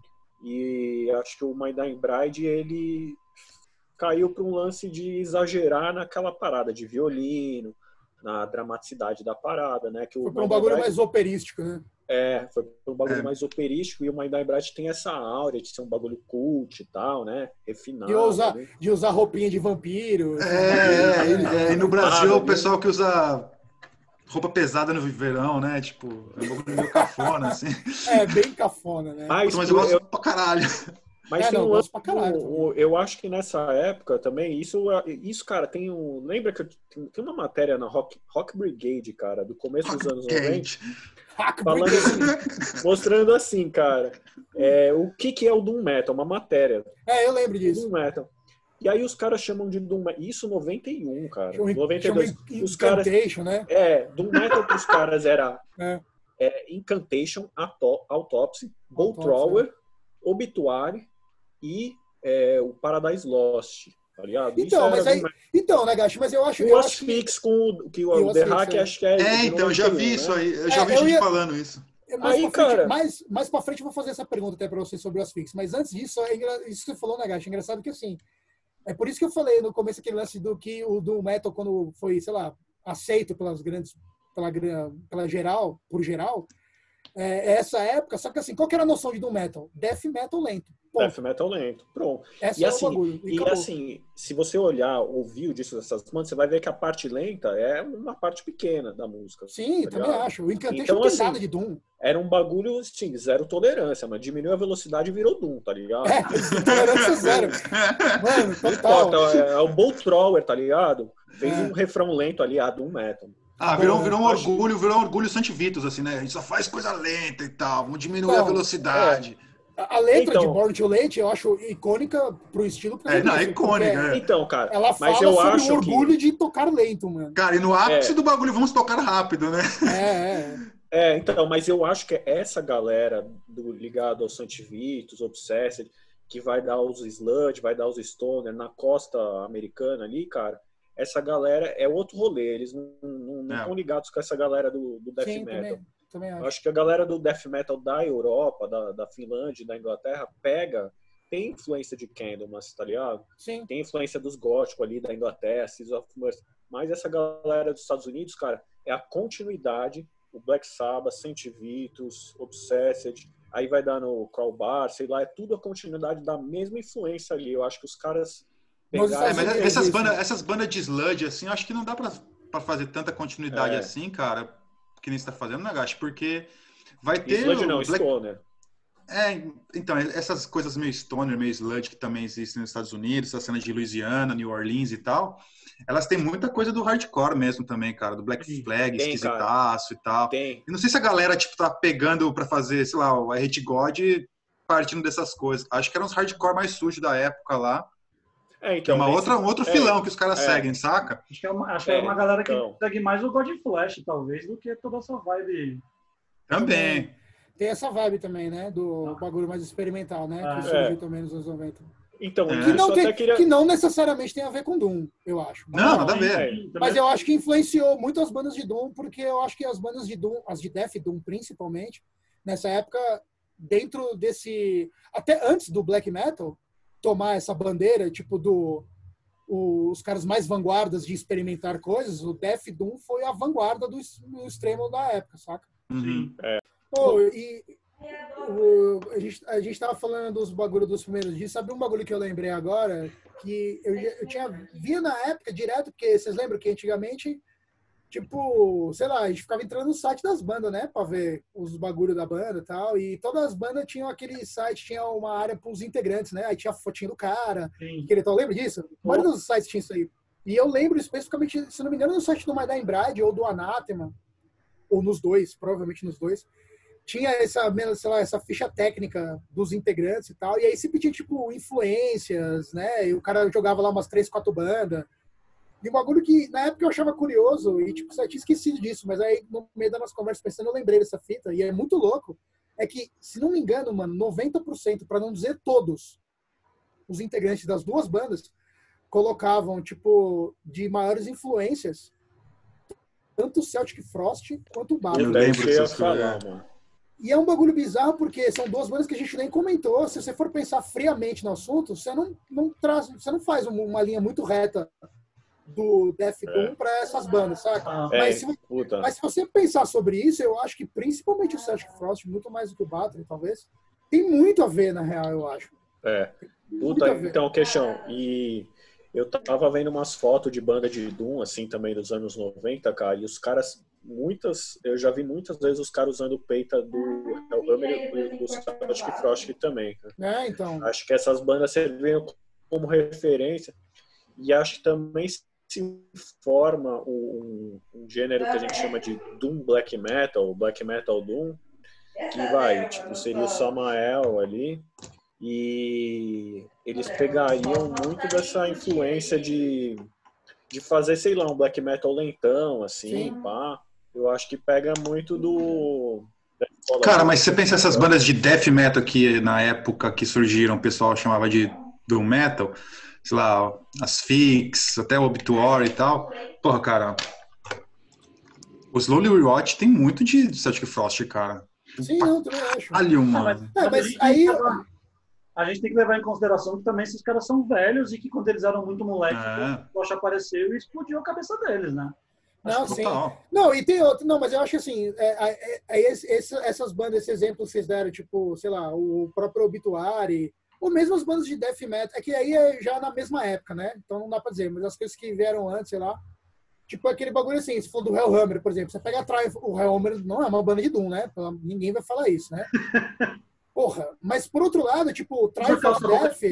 E acho que o My Dying Bride, ele caiu para um lance de exagerar naquela parada de violino, na dramaticidade da parada, né? Que foi para um bagulho mais operístico, né? Foi para um bagulho mais operístico, e o My Dying Bride tem essa áurea de ser um bagulho cult e tal, né? Refinado. De usar roupinha de vampiro. E no Brasil o pessoal que usa roupa pesada no verão, né? Tipo, é um bagulho meio cafona, assim. Bem cafona, né? Mas eu gosto pra caralho. Mas tem um lance pra caralho. Eu acho que nessa época também, isso cara, lembra que tem uma matéria na Rock Brigade, cara, do começo dos anos 90, falando assim, mostrando assim, cara, o que é o Doom Metal, uma matéria. Eu lembro disso. Doom Metal. E aí os caras chamam de Doom Metal. Isso 91, cara. 92. Os caras, né? Doom Metal pros caras era Incantation, Autopsy, Bolt Thrower, Obituary e o Paradise Lost, tá ligado? Então, né, Gacho, mas eu acho... O Asphyx com o The Hack, acho que então, eu já vi isso aí. Eu já vi gente falando isso. Mais pra frente eu vou fazer essa pergunta até pra você sobre o Asphyx. Mas antes disso, isso que você falou, né, Gacho? É engraçado que, assim, é por isso que eu falei no começo aquele lance do que o Doom Metal, quando foi, sei lá, aceito pelas grandes... pela geral, por geral, essa época, só que assim, qual que era a noção de Doom Metal? Death Metal lento. Ponto. Death Metal lento, pronto. E assim, o bagulho. E assim, se você ouvir o disco dessas bandas, você vai ver que a parte lenta é uma parte pequena da música. Sim, tá também ligado? acho. O Incantation então, não tem assim, nada de Doom. Era um bagulho, assim, zero tolerância, mas diminuiu a velocidade e virou Doom, tá ligado? Tolerância zero. Mano, total. É o Bolt Thrower, tá ligado? Fez um refrão lento ali, Doom Metal. Virou um orgulho Santi Vitus, assim, né? A gente só faz coisa lenta e tal, vamos diminuir a velocidade. A letra de Born Too Late eu acho icônica pro estilo. É icônica. Então, cara, ela fala sobre o orgulho de tocar lento, mano. Cara, e no ápice do bagulho, vamos tocar rápido, né? Então, mas eu acho que essa galera ligada ao Santi Vitus, Obsessed, que vai dar os Sludge, vai dar os Stoner na costa americana ali, cara, essa galera é outro rolê, eles não estão ligados com essa galera do Death Metal. Também acho. Eu acho que a galera do Death Metal da Europa, da Finlândia, da Inglaterra, tem influência de Candlemas, tá ligado? Sim. Tem influência dos góticos ali da Inglaterra, Seas of Mercy. Mas essa galera dos Estados Unidos, cara, é a continuidade, o Black Sabbath, Saint Vitus, Obsessed, aí vai dar no Crowbar, sei lá, é tudo a continuidade da mesma influência ali. Eu acho que os caras pegaram... Mas essas bandas de sludge, assim, eu acho que não dá pra fazer tanta continuidade assim, cara, que nem você tá fazendo, né, Gacho? Porque vai ter... Sludge não, Stoner. Então, essas coisas meio stoner, meio sludge que também existem nos Estados Unidos, essa cena de Louisiana, New Orleans e tal, elas têm muita coisa do hardcore mesmo também, cara, do Black Flag, esquisitaço e tal. Tem. E não sei se a galera, tipo, tá pegando pra fazer, sei lá, o I Hate God partindo dessas coisas. Acho que eram os hardcore mais sujos da época lá. Então, um outro filão que os caras seguem, saca? Acho que é uma galera que segue mais o God Flash, talvez, do que toda essa vibe. Também. Tem essa vibe também, né? Do bagulho mais experimental, né? Que surgiu também nos anos 90. Então, que não necessariamente tem a ver com Doom, eu acho. Não, nada a ver. Mas eu acho que influenciou muito as bandas de Doom, porque eu acho que as bandas de Doom, as de Death Doom principalmente, nessa época, dentro desse... Até antes do Black Metal tomar essa bandeira, tipo, os caras mais vanguardas de experimentar coisas, o Death Doom foi a vanguarda do extremo da época, saca? Uhum. A gente tava falando dos bagulho dos primeiros dias. Sabe um bagulho que eu lembrei agora? Que eu tinha visto na época direto, porque vocês lembram que antigamente, tipo, sei lá, a gente ficava entrando no site das bandas, né? Pra ver os bagulho da banda e tal. E todas as bandas tinham aquele site, tinha uma área pros integrantes, né? Aí tinha a fotinha do cara. Lembra disso? A maioria dos sites tinha isso aí. E eu lembro especificamente, se não me engano, no site do My Dying Bride ou do Anathema, ou nos dois, provavelmente nos dois. Tinha essa ficha técnica dos integrantes e tal, e aí sempre tinha, tipo, influências, né, e o cara jogava lá umas 3, 4 bandas, e um bagulho que, na época, eu achava curioso, e, tipo, eu tinha esquecido disso, mas aí, no meio da nossa conversa pensando, eu lembrei dessa fita, e é muito louco, é que, se não me engano, mano, 90%, para não dizer todos, os integrantes das duas bandas colocavam, tipo, de maiores influências, tanto o Celtic Frost quanto o Bathory. Eu lembro dessas coisas. mano. E é um bagulho bizarro porque são duas bandas que a gente nem comentou. Se você for pensar friamente no assunto, você não faz uma linha muito reta do Death Doom para essas bandas, saca? Mas se você pensar sobre isso, eu acho que principalmente o Celtic Frost, muito mais do que o Bathory, talvez, tem muito a ver, na real, eu acho. Então, questão. E eu tava vendo umas fotos de banda de Doom, assim, também dos anos 90, cara, e os caras... eu já vi muitas vezes os caras usando o peita do Hellhammer e do Celtic Frost também, cara. Então. Acho que essas bandas serviam como referência e acho que também se forma um gênero que a gente chama de Doom Black Metal Doom, que tipo, seria o Samael ali, e eles pegariam muito dessa influência de fazer, sei lá, um black metal lentão, assim, pá. Eu acho que pega muito do... Cara, mas você pensa essas bandas de death metal que na época que surgiram o pessoal chamava de doom metal, sei lá, as Fix, até o Obituary e tal. Porra, cara, os Slowly Rewatch tem muito de Celtic Frost, cara. Sim, eu também acho. Mas aí... A gente tem que levar em consideração que também esses caras são velhos e que quando eles eram muito moleques, o Frost apareceu e explodiu a cabeça deles, né? Não, sim. Não, e tem outro. Não, mas eu acho que assim, essas bandas, esse exemplo que vocês deram, tipo, sei lá, o próprio Obituary, ou mesmo as bandas de death metal, é que aí é já na mesma época, né? Então não dá pra dizer, mas as coisas que vieram antes, sei lá, tipo aquele bagulho assim, se for do Hellhammer, por exemplo, você pega atrás, o Hellhammer não é uma banda de Doom, né? Ninguém vai falar isso, né? Porra, mas por outro lado, tipo, o Triumph of Death...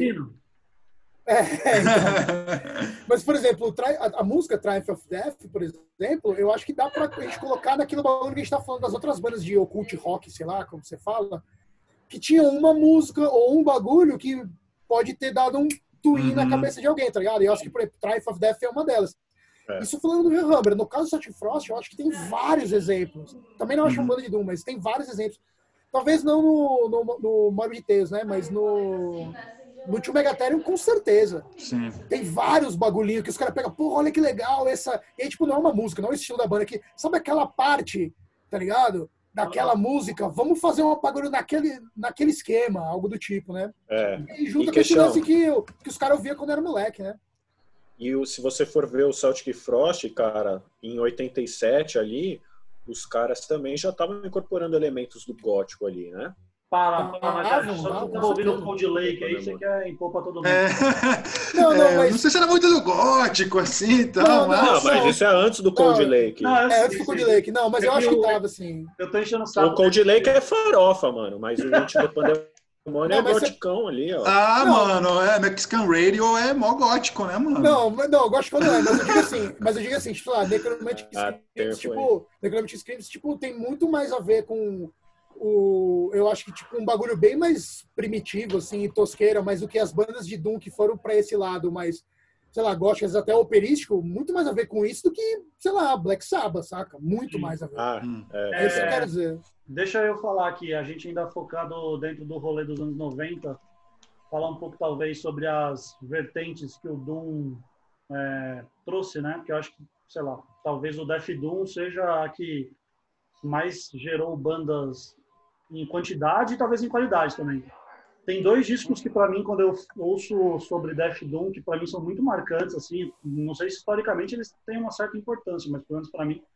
Então. Mas, por exemplo, a música Triumph of Death, por exemplo, eu acho que dá pra gente colocar naquilo bagulho que a gente tá falando das outras bandas de occult rock, sei lá, como você fala, que tinha uma música ou um bagulho que pode ter dado um twin na cabeça de alguém, tá ligado? E eu acho que, por exemplo, Triumph of Death é uma delas. Isso falando do Hellhammer. No caso do Celtic Frost, eu acho que tem vários exemplos. Também não acho uma banda de Doom, mas tem vários exemplos. Talvez não no Morbid Tales, né? Mas no Tio Megatherium, com certeza. Sim. Tem vários bagulhinhos que os caras pegam, porra, olha que legal essa... E aí, tipo, não é uma música, não é o estilo da banda aqui. Sabe aquela parte, tá ligado? Daquela música, vamos fazer um bagulho naquele esquema, algo do tipo, né? E junto com esse lance que os caras ouviam quando era moleque, né? E se você for ver o Celtic Frost, cara, em 87 ali... os caras também já estavam incorporando elementos do gótico ali, né? Só que tá ouvindo o Cold Lake aí, você quer impor pra todo mundo. Não sei se era muito do gótico, assim, então. Mas isso é antes do Cold Lake. É antes do Cold Lake. Não, mas eu acho que tava, assim. Eu tô enchendo o saco. O Cold Lake é farofa, mano, mas o último Pandemônio é goticão ali, ó. Mano, Mexican Radio é mó gótico, né, mano? Não, gótico não é, mas eu digo assim, tipo lá, Necromantic Scripts, tipo, tem muito mais a ver com eu acho que tipo um bagulho bem mais primitivo, assim, e tosqueira, mas do que as bandas de Doom que foram pra esse lado mais, sei lá, góticas até operístico, muito mais a ver com isso do que, sei lá, Black Sabbath, saca? Muito mais a ver. É isso que eu quero dizer. Deixa eu falar aqui, a gente ainda focado dentro do rolê dos anos 90, falar um pouco, talvez, sobre as vertentes que o Doom trouxe, né? Porque eu acho que, sei lá, talvez o Death Doom seja a que mais gerou bandas em quantidade e talvez em qualidade também. Tem 2 discos que, para mim, quando eu ouço sobre Death Doom, que para mim são muito marcantes, assim, não sei se historicamente eles têm uma certa importância, mas pelo menos para mim,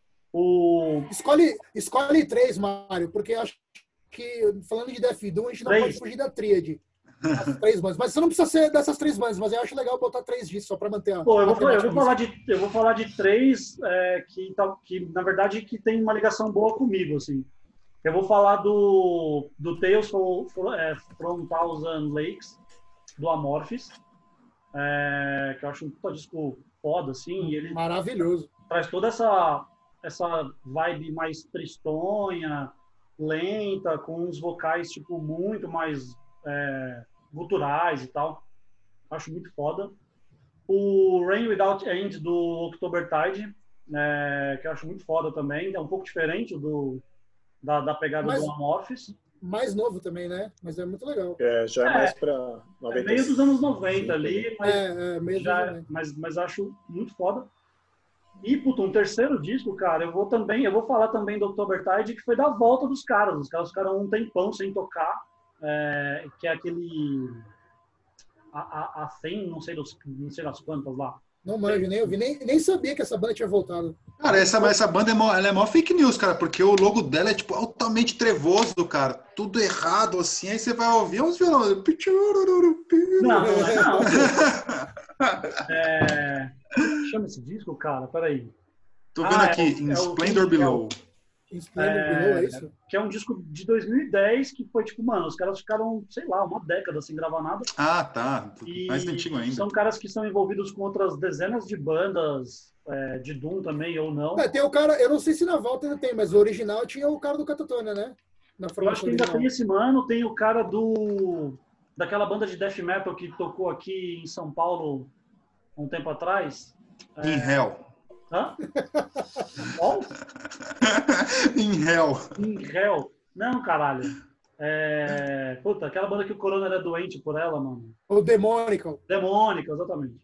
Escolhe 3, Mário, porque eu acho que, falando de Death Doom, a gente não 3. pode fugir da tríade. As 3 bandas. Mas você não precisa ser dessas 3 bandas, mas eu acho legal botar 3 discos só para manter a. Pô, eu vou falar de 3 que, na verdade, que tem uma ligação boa comigo, assim. Eu vou falar do Tales from Thousand Lakes, do Amorphis, que eu acho um puta disco foda, assim. E ele maravilhoso. Traz toda essa vibe mais tristonha, lenta, com uns vocais, tipo, muito mais guturais e tal. Acho muito foda. O Rain Without End, do Octobertide, que eu acho muito foda também. É um pouco diferente da pegada do Amorphis. Mais novo também, né? Mas é muito legal. Já é mais pra 90. Meio dos anos 90 ali, mas acho muito foda. E, puta, um terceiro disco, cara, eu vou falar também do Octobertide, que foi da volta dos caras. Os caras ficaram um tempão sem tocar, que é aquele... A 100, não sei das quantas lá. Não manjo, nem ouvi, nem sabia que essa banda tinha voltado. Cara, essa banda ela é mó fake news, cara, porque o logo dela é, tipo, altamente trevoso, cara. Tudo errado, assim. Aí você vai ouvir uns violões. Não. Chama esse disco, cara? Peraí. Tô vendo aqui, In Splendor Below. É isso? Que é um disco de 2010 que foi tipo, mano, os caras ficaram, sei lá, uma década sem gravar nada. Ah, tá. Mais antigo ainda. São caras que são envolvidos com outras dezenas de bandas de Doom também, ou não. Tem o cara, eu não sei se na volta ainda tem, mas o original tinha o cara do Catatonia, né? Eu acho que ainda tem esse mano, tem o cara daquela banda de death metal que tocou aqui em São Paulo um tempo atrás. In Hell. Hã? Qual? In Hell. In Hell. Não, caralho. Puta, aquela banda que o Corona era doente por ela, mano. O Demônica. Demônica, exatamente.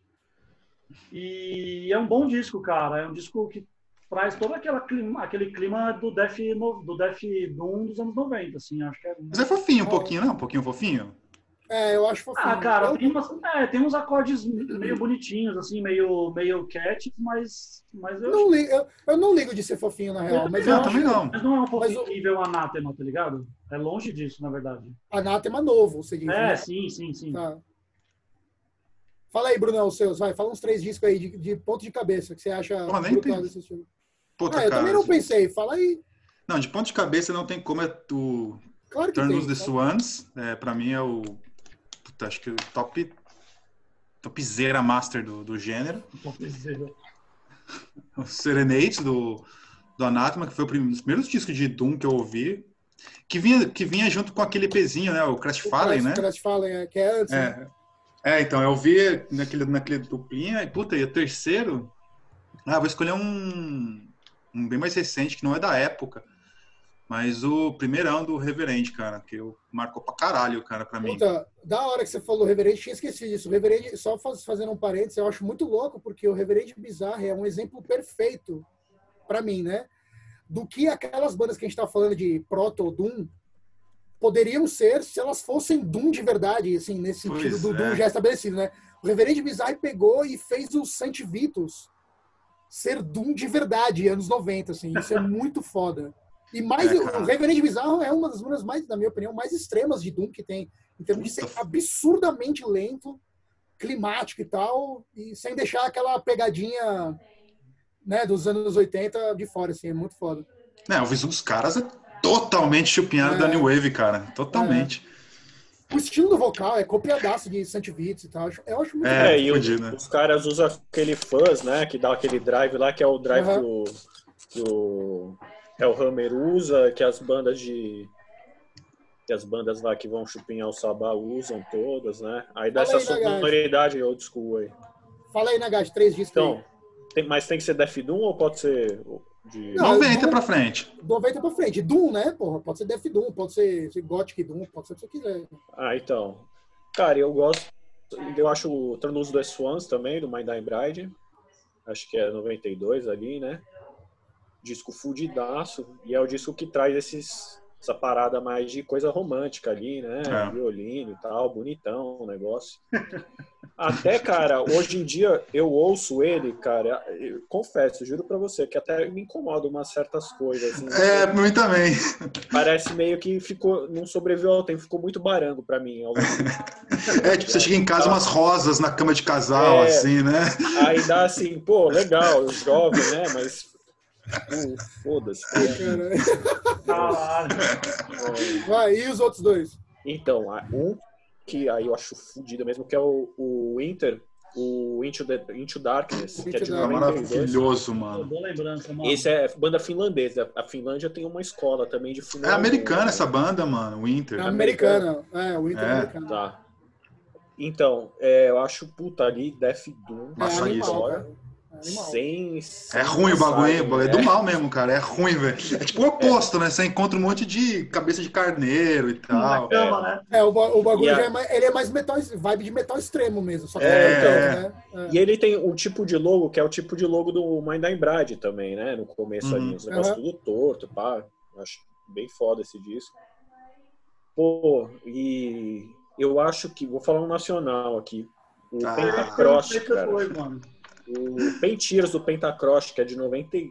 E é um bom disco, cara. É um disco que traz todo aquele clima do Death Doom dos anos 90, assim. Acho que Mas é fofinho um pouquinho, não? Um pouquinho fofinho? Eu acho fofinho. Ah, cara, tem uns acordes meio bonitinhos, assim, meio cat, mas eu não ligo de ser fofinho, na real. Mas também não. Mas não é um pouco nível Anátema, tá ligado? É longe disso, na verdade. Anátema novo, você diz. Né? Sim. Tá. Fala aí, Brunão, os seus. Vai, fala uns 3 discos aí de ponto de cabeça que você acha brutal desse estilo. Puta, eu também não pensei. Fala aí. Não, de ponto de cabeça não tem como. Claro que Turn tem. of the Swans, pra mim é o... Puta, acho que o topzera master do gênero. O Serenade do Anathema, que foi um dos primeiros discos de Doom que eu ouvi. Que vinha junto com aquele EPzinho, né? O Crash Fallen, né? O Crash Fallen, que é antes. Então, eu ouvi naquele duplinha. E, puta, e o terceiro... vou escolher um bem mais recente, que não é da época. Mas o primeirão do Reverend, cara, que marcou pra caralho, cara, pra mim. Puta, da hora que você falou Reverend, tinha esquecido disso. O Reverend, só fazendo um parênteses, eu acho muito louco, porque o Reverend Bizarre é um exemplo perfeito, pra mim, né? Do que aquelas bandas que a gente tá falando de Proto-Doom poderiam ser se elas fossem Doom de verdade, assim, nesse sentido do Doom já estabelecido, né? O Reverend Bizarre pegou e fez o Saint Vitus ser Doom de verdade, anos 90, assim. Isso é muito foda. E o Reverend Bizarro é uma das bandas mais, na minha opinião, mais extremas de Doom que tem, em termos de ser absurdamente lento, climático e tal, e sem deixar aquela pegadinha, né, dos anos 80 de fora, assim, é muito foda. Os caras é totalmente chupinhado da New Wave, cara, totalmente. O estilo do vocal é copiadaço de Saint Vitus e tal, eu acho muito legal. Os caras usam aquele fuzz, né, que dá aquele drive lá, que é o drive do Hellhammer usa, que as bandas lá que vão chupinhar o Sabá usam todas, né? Aí dá essa sonoridade old school aí. Fala aí, Nagash, 3 discos então, mas tem que ser Death Doom ou pode ser de... 90 pra frente. 90 pra frente. Doom, né, porra? Pode ser Death Doom, pode ser Gothic Doom, pode ser o que você quiser. Então. Cara, eu acho o Tranuso das Swans também, do My Dying Bride. Acho que é 92 ali, né? Disco fudidaço. E é o disco que traz essa parada mais de coisa romântica ali, né? Violino e tal, bonitão o negócio. Até, cara, hoje em dia eu ouço ele, cara, eu confesso, juro pra você, que até me incomoda umas certas coisas. Assim, mim também. Parece meio que não sobreviveu ao tempo, ficou muito barango pra mim. Tipo, você chega em casa, umas rosas na cama de casal, assim, né? Aí dá assim, pô, legal, jovem, né? Mas, foda-se. Caralho. Vai, e os outros dois? Então, que aí eu acho fodido mesmo, que é o Inter, o Into Darkness, que é de 92. Maravilhoso, mano. Boa lembrança, mano. Esse é banda finlandesa. A Finlândia tem uma escola também de É americana essa banda, mano, o Inter. É americana. O Inter é americano. Tá. Então, eu acho puta ali, Death Doom. Nossa, animal, isso. Sem ruim o bagulho, é do mal mesmo, cara. É ruim, velho. É tipo o oposto, né? Você encontra um monte de cabeça de carneiro e tal. Na cama, né? O bagulho ele é mais metal, vibe de metal extremo mesmo. Só que né? E ele tem um tipo de logo, que é o tipo de logo do Mind Dying Bride também, né? No começo ali, os negócios tudo torto, pá. Acho bem foda esse disco. Pô, e eu acho que, vou falar um nacional aqui, o Pentacross, cara. O Penteiros do Pentacross, que é de 92.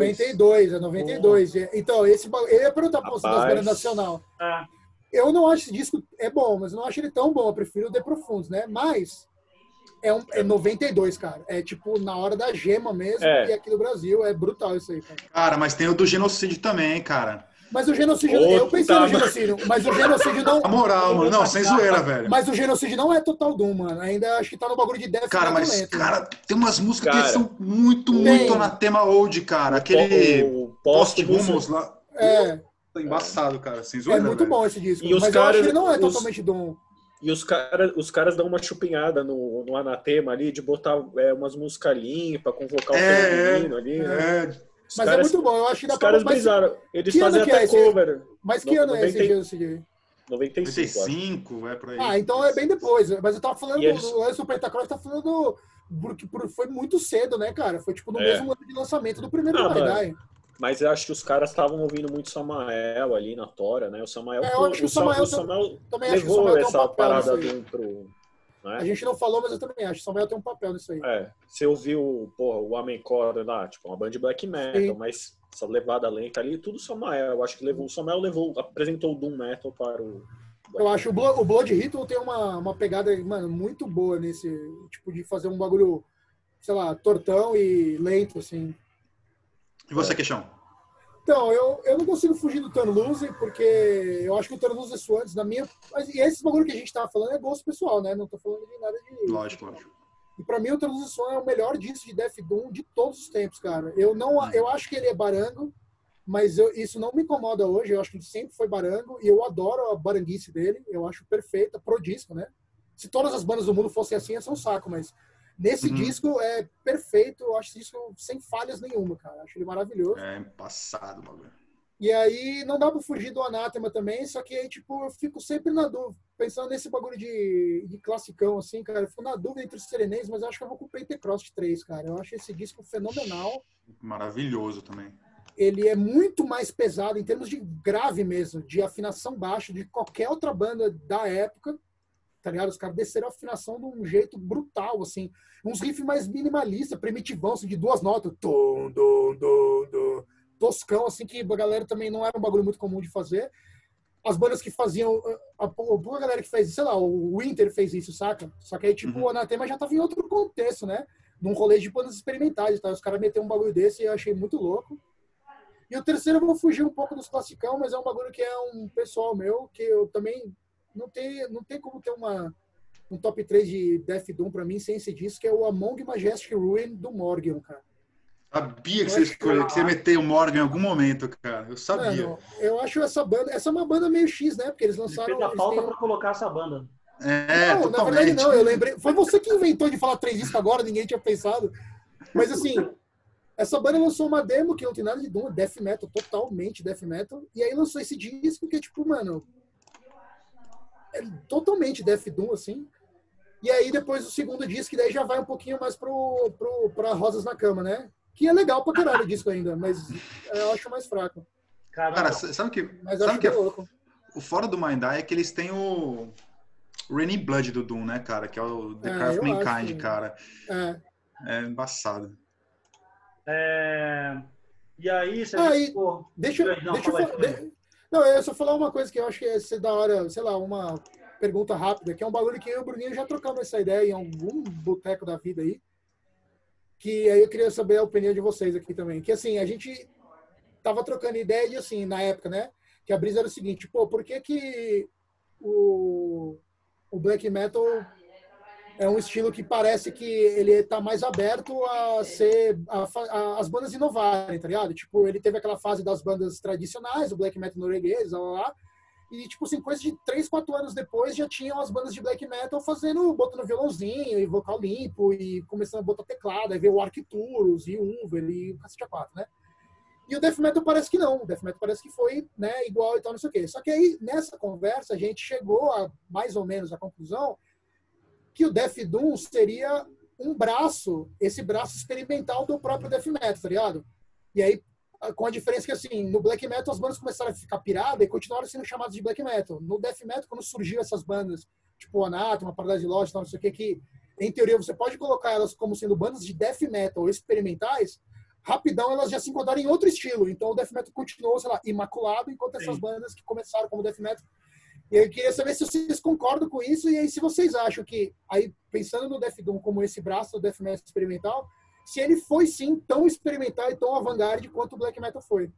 92. Então, ele ia perguntar pra você das bandas nacional. Eu não acho esse disco bom, mas eu não acho ele tão bom. Eu prefiro o The Profundos, né? Mas é 92, cara. É tipo na hora da gema mesmo. E aqui no Brasil é brutal isso aí, cara. Cara, mas tem o do Genocídio também, cara. Mas o genocídio, eu pensei no genocídio, mas o genocídio não... Na moral, mano, não, sem zoeira, velho. Mas o genocídio não é Total Doom, mano. Ainda acho que tá no bagulho de death. Cara, mas, cara, tem umas músicas que são muito na tema old, cara. Aquele Posthumous lá. Tá embaçado, cara, sem zoeira, muito velho. bom esse disco, e mas eu acho que ele não é totalmente Doom. E os caras dão uma chupinhada no Anatema ali, de botar umas músicas limpas, com vocal feminino ali. Mas é muito bom, eu acho que dá os caras brisaram. Eles fazem até cover. Mas que ano é esse genocídio? 95, por aí. Então é bem depois. Mas eu tava falando do lance do Pentacross, tá falando porque foi muito cedo, né, cara? Foi tipo no mesmo ano de lançamento do primeiro Bandai. Mas eu acho que os caras estavam ouvindo muito Samael ali na Tora, né? O Samael, o Samael também levou essa parada dentro. Né? A gente não falou, mas eu também acho. O Samael tem um papel nisso aí. Você ouviu, o Amencore lá, tipo, uma banda de black metal, mas essa levada lenta ali, tudo Samael. Eu acho que o Samael apresentou o Doom Metal para o... Eu acho que o Blood Ritual tem uma pegada, mano, muito boa nesse tipo de fazer um bagulho, sei lá, tortão e lento, assim. E você, Queixão? Então, eu não consigo fugir do Turn Loose, porque eu acho que o Turn Loose Swans, na minha... E esse bagulho que a gente tava falando é gosto pessoal, né? Não tô falando de nada de... Lógico. E pra mim o Turn Loose Swans é o melhor disco de Death Doom de todos os tempos, cara. Eu acho que ele é barango, mas isso não me incomoda hoje. Eu acho que ele sempre foi barango e eu adoro a baranguice dele. Eu acho perfeita pro disco, né? Se todas as bandas do mundo fossem assim, ia ser um saco, mas... Nesse disco é perfeito, eu acho isso sem falhas nenhuma, cara. Acho ele maravilhoso. É passado, bagulho. E aí não dá pra fugir do Anátema também, só que aí, tipo, eu fico sempre na dúvida. Pensando nesse bagulho de classicão, assim, cara, eu fico na dúvida entre os Serenês, mas eu acho que eu vou com o Pentecross 3, cara. Eu acho esse disco fenomenal. Maravilhoso também. Ele é muito mais pesado, em termos de grave mesmo, de afinação baixa, de qualquer outra banda da época. Tá ligado? Os caras desceram a afinação de um jeito brutal, assim. Uns riffs mais minimalistas, primitivão, assim, de duas notas. Toscão, assim, que a galera também não era um bagulho muito comum de fazer. As bandas que faziam... A galera que fez, sei lá, o Winter fez isso, saca? Só que aí, tipo, o Anatema já tava em outro contexto, né? Num rolê de bandas experimentais, tá? Os caras meteram um bagulho desse e eu achei muito louco. E o terceiro eu vou fugir um pouco dos classicão, mas é um bagulho que é um pessoal meu, que eu também... Não tem como ter um top 3 de Death Doom pra mim sem esse disco, que é o Among Majestic Ruin do Morgan, cara. Sabia que você escolheu, que você ia meter o Morgan em algum momento, cara. Eu sabia. Mano, eu acho essa é uma banda meio X, né? Porque eles lançaram... Fez a falta pra colocar essa banda. Não, totalmente. na verdade não, eu lembrei. Foi você que inventou de falar 3 discos agora, ninguém tinha pensado. Mas assim, essa banda lançou uma demo que não tem nada de Doom, Death Metal, totalmente Death Metal. E aí lançou esse disco que é tipo, mano... totalmente Death Doom, assim. E aí depois o segundo disco, que daí já vai um pouquinho mais pra Rosas na Cama, né? Que é legal pra caralho o disco ainda, mas eu acho mais fraco. Cara, sabe que, Mas sabe acho que bem louco. o fora do Mind Eye é que eles têm o Raining Blood do Doom, né, cara? Que é o The Cry of Mankind, cara. É embaçado. E aí, você deixa eu falar. Não, eu só falar uma coisa que eu acho que ia ser da hora, sei lá, uma pergunta rápida, que é um bagulho que eu e o Bruninho já trocamos essa ideia em algum boteco da vida aí. Que aí eu queria saber a opinião de vocês aqui também. Que assim, a gente tava trocando ideia de assim, na época, né? Que a brisa era o seguinte, pô, por que o black metal é um estilo que parece que ele tá mais aberto a ser as bandas inovarem, tá ligado? Tipo, ele teve aquela fase das bandas tradicionais, o black metal norueguês, lá, e tipo assim, coisa de 3, 4 anos depois já tinham as bandas de black metal botando violãozinho e vocal limpo e começando a botar teclado, aí veio o Arcturus e o Uber e o Cacete A4, né? E o death metal parece que não, o death metal parece que foi, né, igual e tal, não sei o quê. Só que aí, nessa conversa, a gente chegou a, mais ou menos, a conclusão que o Death Doom seria um braço, esse braço experimental do próprio Death Metal, tá ligado? E aí, com a diferença que, assim, no Black Metal as bandas começaram a ficar piradas e continuaram sendo chamadas de Black Metal. No Death Metal, quando surgiu essas bandas, tipo Anathema, Paradise Lost, não sei o que, em teoria você pode colocar elas como sendo bandas de Death Metal ou experimentais, rapidão elas já se encontraram em outro estilo. Então o Death Metal continuou, sei lá, imaculado, enquanto essas bandas que começaram como Death Metal. E eu queria saber se vocês concordam com isso e aí se vocês acham que, aí pensando no Death Doom como esse braço do Death Metal experimental, se ele foi sim tão experimental e tão avant-garde quanto o Black Metal foi.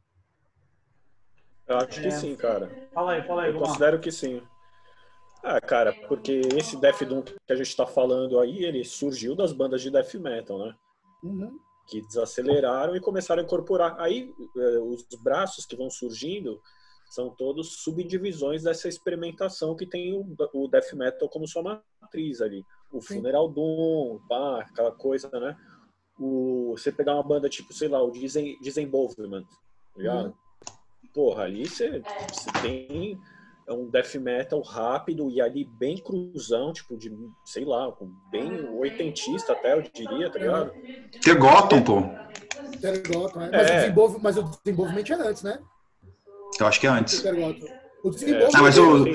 Eu acho que sim, cara. Fala aí, eu considero que sim. Ah, cara, porque esse Death Doom que a gente tá falando aí, ele surgiu das bandas de Death Metal, né? Uhum. Que desaceleraram e começaram a incorporar. Aí os braços que vão surgindo são todos subdivisões dessa experimentação que tem o Death Metal como sua matriz ali. O Funeral Doom, pá, aquela coisa, né? Você pegar uma banda tipo, sei lá, o Disembowelment, tá ligado? Porra, ali você tem um Death Metal rápido e ali bem cruzão, tipo, de, sei lá, bem oitentista até, eu diria, tá ligado? Tergotton, pô. Tergotton, mas o Disembowelment é antes, né? Eu acho que é antes. O Disembowelment mas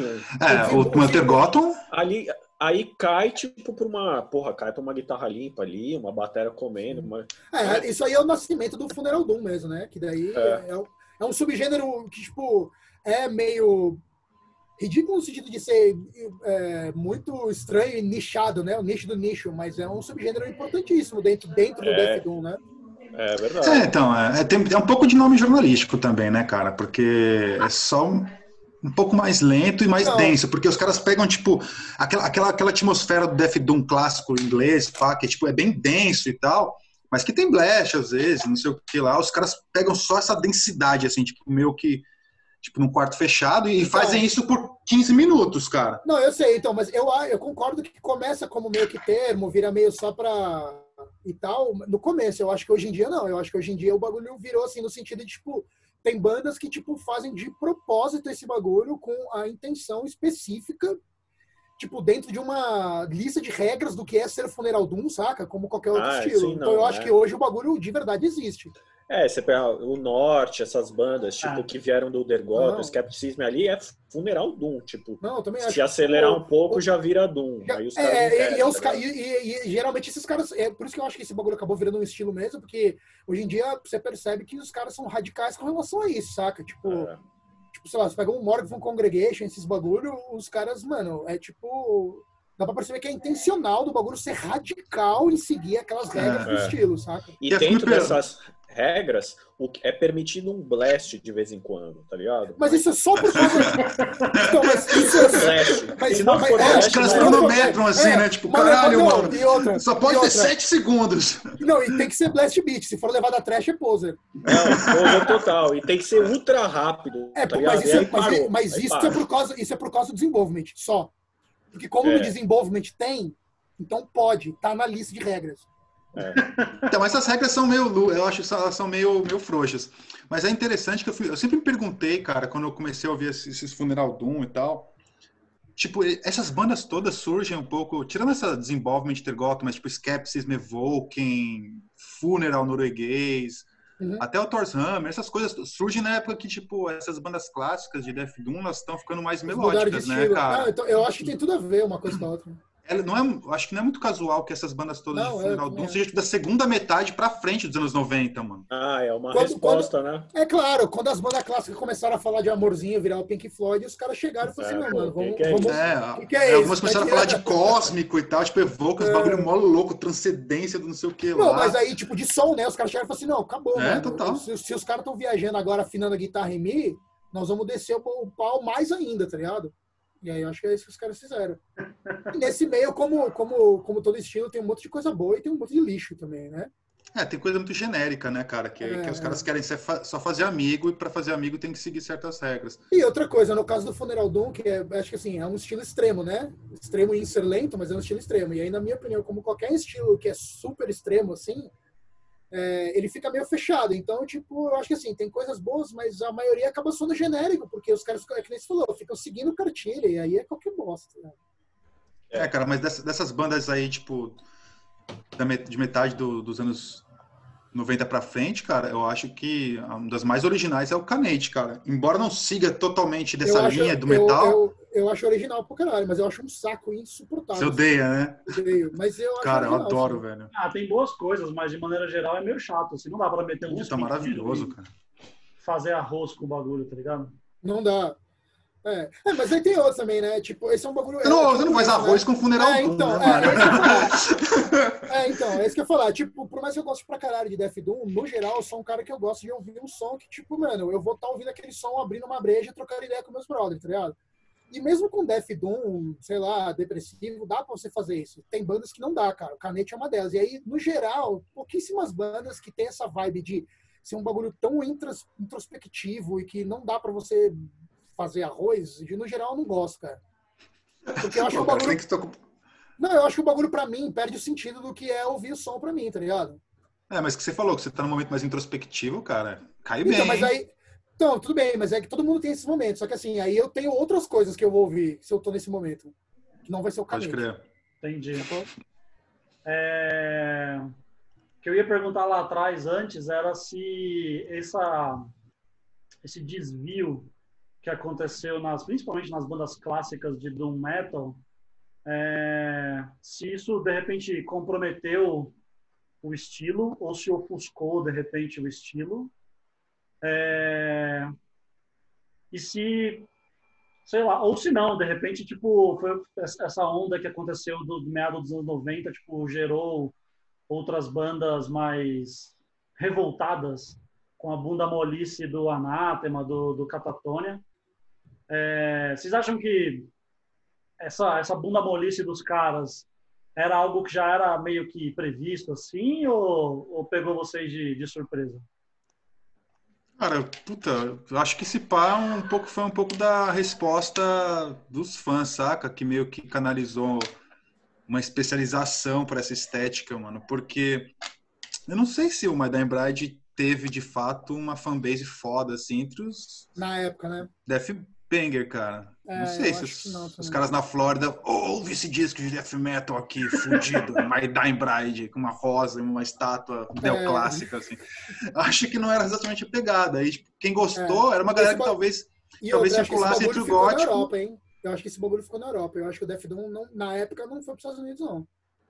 o Tergotton... Aí cai, tipo, cai pra uma guitarra limpa ali, uma bateria comendo. Isso aí é o nascimento do Funeral Doom mesmo, né? Que daí é um subgênero que, tipo, é meio ridículo no sentido de ser muito estranho e nichado, né? O nicho do nicho, mas é um subgênero importantíssimo dentro do Death Doom, né? É verdade. Então, é um pouco de nome jornalístico também, né, cara? Porque é só um pouco mais lento e mais denso, porque os caras pegam, tipo, aquela atmosfera do Death Doom clássico inglês, pá, que tipo, é bem denso e tal, mas que tem blast às vezes, não sei o que lá, os caras pegam só essa densidade, assim, tipo, meio que, tipo, num quarto fechado e fazem isso por 15 minutos, cara. Não, eu sei, então, mas eu concordo que começa como meio que termo, vira meio só pra... e tal, no começo, eu acho que hoje em dia não, eu acho que hoje em dia o bagulho virou assim, no sentido de, tipo, tem bandas que, tipo, fazem de propósito esse bagulho com a intenção específica, tipo, dentro de uma lista de regras do que é ser Funeral Doom, saca? Como qualquer outro estilo. Sim, então eu acho que hoje o bagulho de verdade existe. Você pega o Norte, essas bandas, tipo, que vieram do Undergod, do Skepticism ali, é Funeral Doom, tipo. Não, eu também acho. Se acelerar um pouco, já vira Doom. Aí os caras e geralmente esses caras... por isso que eu acho que esse bagulho acabou virando um estilo mesmo, porque hoje em dia você percebe que os caras são radicais com relação a isso, saca? Tipo, sei lá, você pega um Morgan Congregation, esses bagulho, os caras, mano, tipo... Dá pra perceber que é intencional do bagulho ser radical em seguir aquelas regras do estilo, saca? E dentro dessas regras, é permitido um blast de vez em quando, tá ligado? Mas isso é só por causa... Então, mas isso é... Blast. Os caras cronometram assim, né? Tipo, caralho, mano, só pode ter 7 segundos. Não, e tem que ser blast beat. Se for levado a trash, é poser. Poser total. E tem que ser ultra rápido, tá ligado? Mas isso é por causa do desenvolvimento, só. Porque como no desenvolvimento tem, então pode, tá na lista de regras. Então, essas regras são meio, eu acho que elas são meio frouxas. Mas é interessante que eu sempre me perguntei, cara, quando eu comecei a ouvir esses Funeral Doom e tal, tipo, essas bandas todas surgem um pouco, tirando essa Desinvolvement Tergoth, mas tipo Skepsis, Evoking, Funeral norueguês, até o Thor's Hammer, essas coisas surgem na época que, tipo, essas bandas clássicas de Death Doom, elas estão ficando mais melódicas, né, cara? Não, então, eu acho que tem tudo a ver uma coisa com a outra. Não é, acho que não é muito casual que essas bandas todas Não, de Funeral Doom seja tipo, da segunda metade pra frente dos anos 90, mano. É uma resposta, né? É claro, quando as bandas clássicas começaram a falar de amorzinho, virar o Pink Floyd, os caras chegaram e falaram assim, não, mano, vamos... que é isso? Algumas começaram a falar de cósmico e tal, tipo, evoca os bagulho mó louco, transcendência do não sei o que lá. Não, mas aí, tipo, de som, né? Os caras chegaram e falaram assim, não, acabou, mano. Total. Se os caras estão viajando agora, afinando a guitarra em Mi, nós vamos descer o pau mais ainda, tá ligado? E aí eu acho que é isso que os caras fizeram. E nesse meio, como todo estilo, tem um monte de coisa boa e tem um monte de lixo também, né? Tem coisa muito genérica, né, cara? Que os caras querem só fazer amigo, e pra fazer amigo tem que seguir certas regras. E outra coisa, no caso do Funeral Doom, que acho que assim, é um estilo extremo, né? Extremo em ser lento, mas é um estilo extremo. E aí, na minha opinião, como qualquer estilo que é super extremo, assim, ele fica meio fechado. Então, tipo, eu acho que assim, tem coisas boas, mas a maioria acaba sendo genérico, porque os caras, que nem você falou, ficam seguindo cartilha, e aí é qualquer bosta, né? Cara, mas dessas bandas aí, tipo, de metade dos anos 90 pra frente, cara, eu acho que uma das mais originais é o Canete, cara. Embora não siga totalmente dessa linha do metal... Eu acho original pro caralho, mas eu acho um saco insuportável. Você odeia, né? Odeio, mas eu acho cara, original, eu adoro, assim. velho. Tem boas coisas, mas de maneira geral é meio chato, assim. Não dá pra meter um disco maravilhoso, cara. Fazer arroz com o bagulho, tá ligado? Não dá. Mas aí tem outros também, né? Tipo, esse é um bagulho... Você não faz arroz com Funeral Doom, então, né, mano? É isso que eu ia falar. Tipo, por mais que eu goste pra caralho de Death Doom, no geral, eu sou um cara que eu gosto de ouvir um som que, tipo, mano, eu vou estar ouvindo aquele som abrindo uma breja e trocando ideia com meus brothers, tá ligado? E mesmo com Death Doom, sei lá, depressivo, dá pra você fazer isso. Tem bandas que não dá, cara. O Canete é uma delas. E aí, no geral, pouquíssimas bandas que tem essa vibe de ser um bagulho tão introspectivo e que não dá pra você fazer arroz, no geral eu não gosto, cara. Porque eu acho que o bagulho... Não, eu acho que o bagulho pra mim perde o sentido do que é ouvir o som pra mim, tá ligado? Mas que você falou que você tá num momento mais introspectivo, cara, cai então, bem. Mas aí... Então, tudo bem, mas é que todo mundo tem esses momentos. Só que assim, aí eu tenho outras coisas que eu vou ouvir se eu tô nesse momento. Que não vai ser o Canete. Pode crer. Entendi. Que eu ia perguntar lá atrás, antes, era se esse desvio que aconteceu principalmente nas bandas clássicas de Doom Metal, se isso, de repente, comprometeu o estilo ou se ofuscou, de repente, o estilo. E se, sei lá, ou se não, de repente, tipo, foi essa onda que aconteceu do meado dos anos 90, tipo, gerou outras bandas mais revoltadas com a bunda molice do Anathema, do Catatonia. Vocês acham que essa bunda molice dos caras era algo que já era meio que previsto assim, ou pegou vocês de surpresa? Cara, eu acho que esse pá foi um pouco da resposta dos fãs, saca? Que meio que canalizou uma especialização para essa estética, mano. Porque eu não sei se o My Dying Bride teve, de fato, uma fanbase foda, assim, entre os... Na época, né? Deathbanger, cara. Não sei se os caras na Flórida... ouve esse disco de death metal aqui, fudido. My Dying Bride, com uma rosa, uma estátua neoclássica, assim. Acho que não era exatamente a pegada. Aí, tipo, quem gostou era uma galera que talvez circulasse entre o gótico. Na Europa, hein? Eu acho que esse bagulho ficou na Europa. Eu acho que o Death Doom, na época, não foi para os Estados Unidos, não.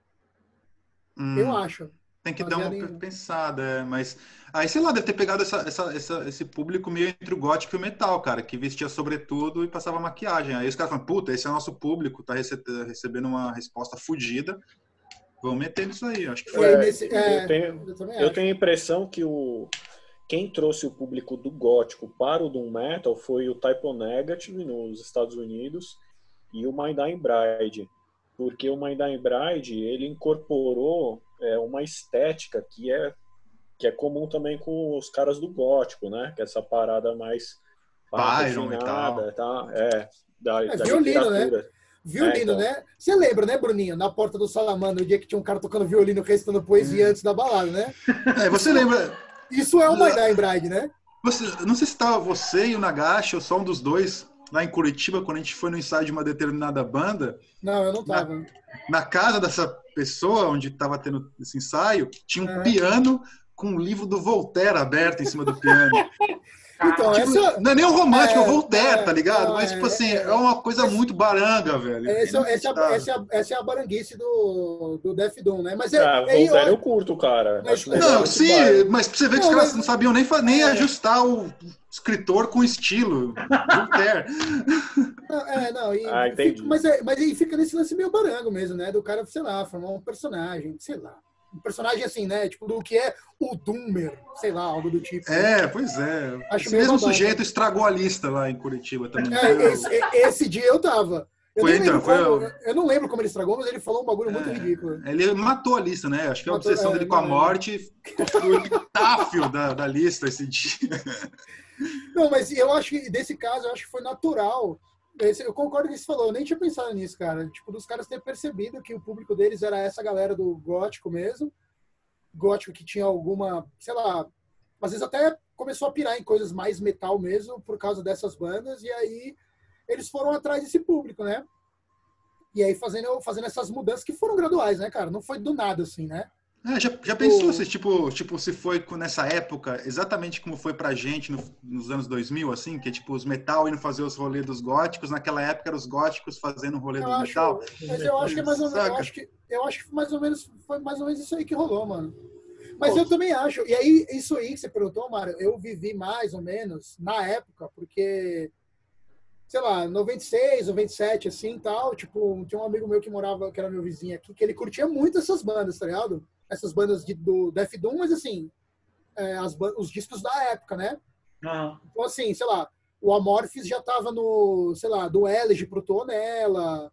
Eu acho. Tem que dar uma pensada, mas... Aí, sei lá, deve ter pegado esse público meio entre o gótico e o metal, cara, que vestia sobretudo e passava maquiagem. Aí os caras falam, puta, esse é o nosso público, tá recebendo uma resposta fodida, vamos meter nisso aí. Acho que foi. Eu tenho a impressão que quem trouxe o público do gótico para o Doom Metal foi o Type O Negative nos Estados Unidos e o My Dying Bride. Porque o My Dying Bride, ele incorporou uma estética que é comum também com os caras do gótico, né? Que é essa parada mais Byron e tal. Tá? Da violino, né? Violino, então. né? Você lembra, né, Bruninho? Na porta do Salamandra, o dia que tinha um cara tocando violino, recitando poesia antes da balada, né? Você lembra... Isso é o My Dying Bride, né? Não sei se estava você e o Nagashi, ou só um dos dois, lá em Curitiba, quando a gente foi no ensaio de uma determinada banda. Não, eu não tava. Na casa dessa pessoa, onde estava tendo esse ensaio, tinha um piano com um livro do Voltaire aberto em cima do piano. Então, tipo, essa... não é nem um romântico, é o Voltaire, tá ligado? Não, mas, tipo assim, é uma coisa muito baranga, velho. Essa é a baranguice do Death Doom, né? Mas Voltaire eu curto, cara. Mas, não, sim, mas você vê que os caras não sabiam nem ajustar o escritor com estilo. Voltaire. Mas aí fica nesse lance meio barango mesmo, né? Do cara, sei lá, formar um personagem, sei lá. Um personagem assim, né? Tipo, do que é o Doomer, sei lá, algo do tipo. Pois é. Acho Esse mesmo sujeito estragou a lista lá em Curitiba também. Esse dia eu tava. Eu não lembro como ele estragou, mas ele falou um bagulho muito ridículo. Ele matou a lista, né? Acho que a obsessão dele com a morte construiu o epitáfio da lista esse dia. Não, mas eu acho que, desse caso, eu acho que foi natural. Eu concordo com o que você falou, eu nem tinha pensado nisso, cara. Tipo, dos caras terem percebido que o público deles era essa galera do gótico mesmo. Gótico que tinha alguma, sei lá, às vezes até começou a pirar em coisas mais metal mesmo por causa dessas bandas. E aí eles foram atrás desse público, né? E aí fazendo essas mudanças que foram graduais, né, cara? Não foi do nada, assim, né? Já pensou se, tipo, se foi nessa época, exatamente como foi pra gente nos anos 2000, assim, que tipo, os metal indo fazer os rolês dos góticos, naquela época eram os góticos fazendo o rolê do metal. Mas eu acho que é mais ou menos, eu acho que foi mais ou menos isso aí que rolou, mano. Mas eu também acho, e aí, isso aí que você perguntou, Mário, eu vivi mais ou menos na época, porque, sei lá, 96, 97, assim, tal, tipo, tinha um amigo meu que morava, que era meu vizinho aqui, que ele curtia muito essas bandas, tá ligado? Essas bandas do Death Doom, mas assim, os discos da época, né? Então, assim, sei lá, o Amorphis já tava no, sei lá, do Elegy pro Tuonela,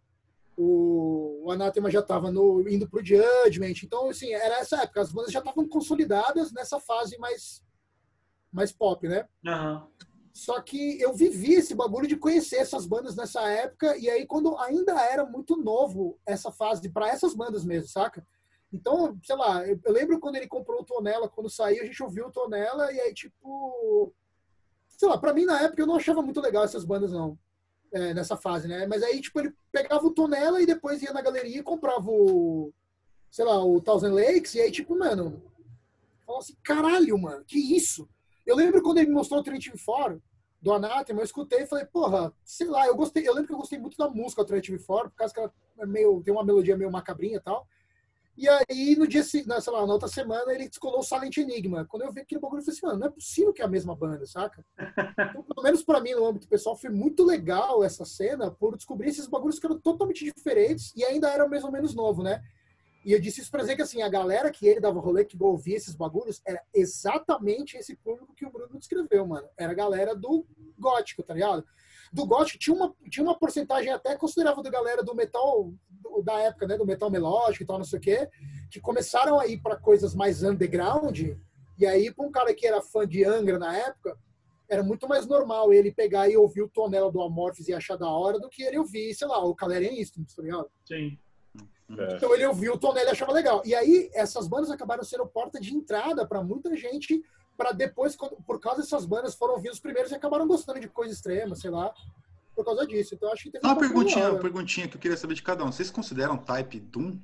o Anathema já tava indo pro Judgment. Então, assim, era essa época. As bandas já estavam consolidadas nessa fase mais pop, né? Só que eu vivi esse bagulho de conhecer essas bandas nessa época, e aí quando ainda era muito novo essa fase para essas bandas mesmo, saca? Então, sei lá, eu lembro quando ele comprou o Tuonela, quando saiu, a gente ouviu o Tuonela, e aí, tipo... Sei lá, pra mim, na época, eu não achava muito legal essas bandas, não. Nessa fase, né? Mas aí, tipo, ele pegava o Tuonela e depois ia na galeria e comprava sei lá, o Thousand Lakes, e aí, tipo, mano... Falava assim, caralho, mano, que isso? Eu lembro quando ele me mostrou o Alternative 4, do Anathema, eu escutei e falei, porra, sei lá, eu lembro que eu gostei muito da música Alternative 4, por causa que ela tem uma melodia meio macabrinha e tal. E aí, no dia, sei lá, na outra semana, ele descolou o Silent Enigma. Quando eu vi aquele bagulho, eu falei assim, mano, não é possível que é a mesma banda, saca? Então, pelo menos pra mim, no âmbito pessoal, foi muito legal essa cena por descobrir esses bagulhos que eram totalmente diferentes e ainda eram mais ou menos novo, né? E eu disse isso pra dizer que, assim, a galera que ele dava rolê, que ouvia esses bagulhos, era exatamente esse público que o Bruno descreveu, mano. Era a galera do gótico, tá ligado? Do gótico tinha uma porcentagem até considerável da galera do metal da época, né, do metal melódico e tal, não sei o quê, que começaram a ir para coisas mais underground, e aí para um cara que era fã de Angra na época, era muito mais normal ele pegar e ouvir o Tuonela do Amorphis e achar da hora do que ele ouvir, sei lá, o Calerian Instruments, tá ligado? Sim. Então ele ouviu o Tuonela e achava legal. E aí essas bandas acabaram sendo porta de entrada para muita gente, para depois, por causa dessas bandas, foram ouvir os primeiros e acabaram gostando de coisa extrema, sei lá, por causa disso. Então acho que teve uma perguntinha que eu queria saber de cada um. Vocês consideram Type Doom?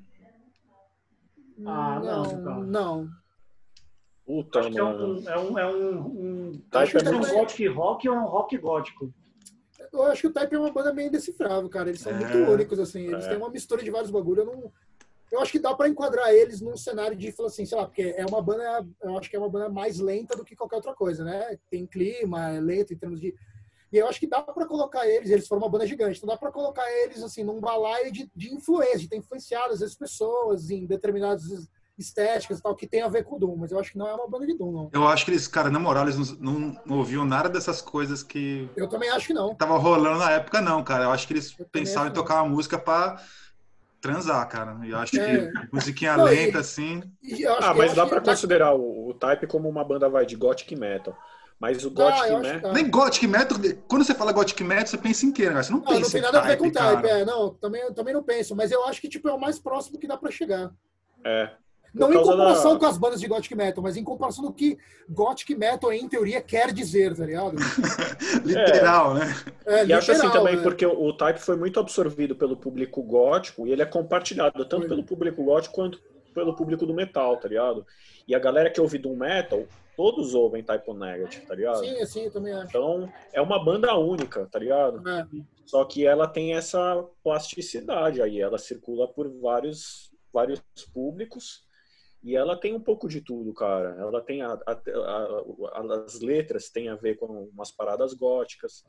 Não. Puta, acho mano. Acho que é um gothic rock ou um rock gótico. Eu acho que o Type é uma banda meio indecifrável, cara. Eles são muito únicos, assim. Eles têm uma mistura de vários bagulhos. Eu acho que dá pra enquadrar eles num cenário de, falar assim, sei lá, porque é uma banda, eu acho que é uma banda mais lenta do que qualquer outra coisa, né? Tem clima, é lento em termos de... E eu acho que dá pra colocar eles foram uma banda gigante, então dá pra colocar eles, assim, num balaio de influência, de ter influenciado, às vezes, pessoas em determinadas estéticas e tal, que tem a ver com o Doom, mas eu acho que não é uma banda de Doom, não. Eu acho que eles, cara, na moral, eles não ouviam nada dessas coisas que... Eu também acho que não. Tava rolando na época, não, cara. Eu acho que eles pensavam em tocar uma música pra transar, cara. E eu acho que musiquinha lenta, assim... Mas dá pra considerar o Type como uma banda, de gothic metal. Mas o Gothic Metal... Nem Gothic Metal... Quando você fala Gothic Metal, você pensa em quê, né? Você não pensa não tem nada a ver com Type, não. Também não penso. Mas eu acho que, tipo, é o mais próximo que dá pra chegar. Não em comparação com as bandas de Gothic Metal, mas em comparação do que Gothic Metal, em teoria, quer dizer, tá ligado? Literal, né? E acho assim também, porque o Type foi muito absorvido pelo público gótico e ele é compartilhado tanto pelo público gótico quanto pelo público do metal, tá ligado? E a galera que ouve Doom Metal, todos ouvem Type O Negative, tá ligado? Sim, eu também acho. Então, é uma banda única, tá ligado? Só que ela tem essa plasticidade aí, ela circula por vários públicos e ela tem um pouco de tudo, cara. Ela tem as letras têm a ver com umas paradas góticas,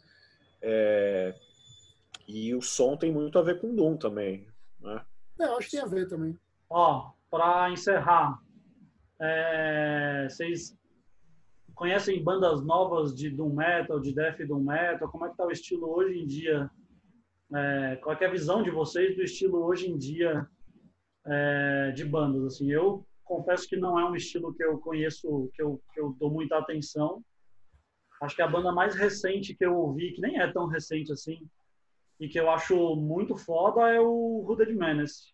e o som tem muito a ver com Doom também, né? Eu acho que tem a ver também. Ó, para encerrar, vocês conhecem bandas novas de Doom Metal, de Death Doom Metal? Como é que tá o estilo hoje em dia? Qual é a visão de vocês do estilo hoje em dia de bandas? Assim, eu confesso que não é um estilo que eu conheço, que eu dou muita atenção. Acho que a banda mais recente que eu ouvi, que nem é tão recente assim, e que eu acho muito foda, é o Hooded Menace.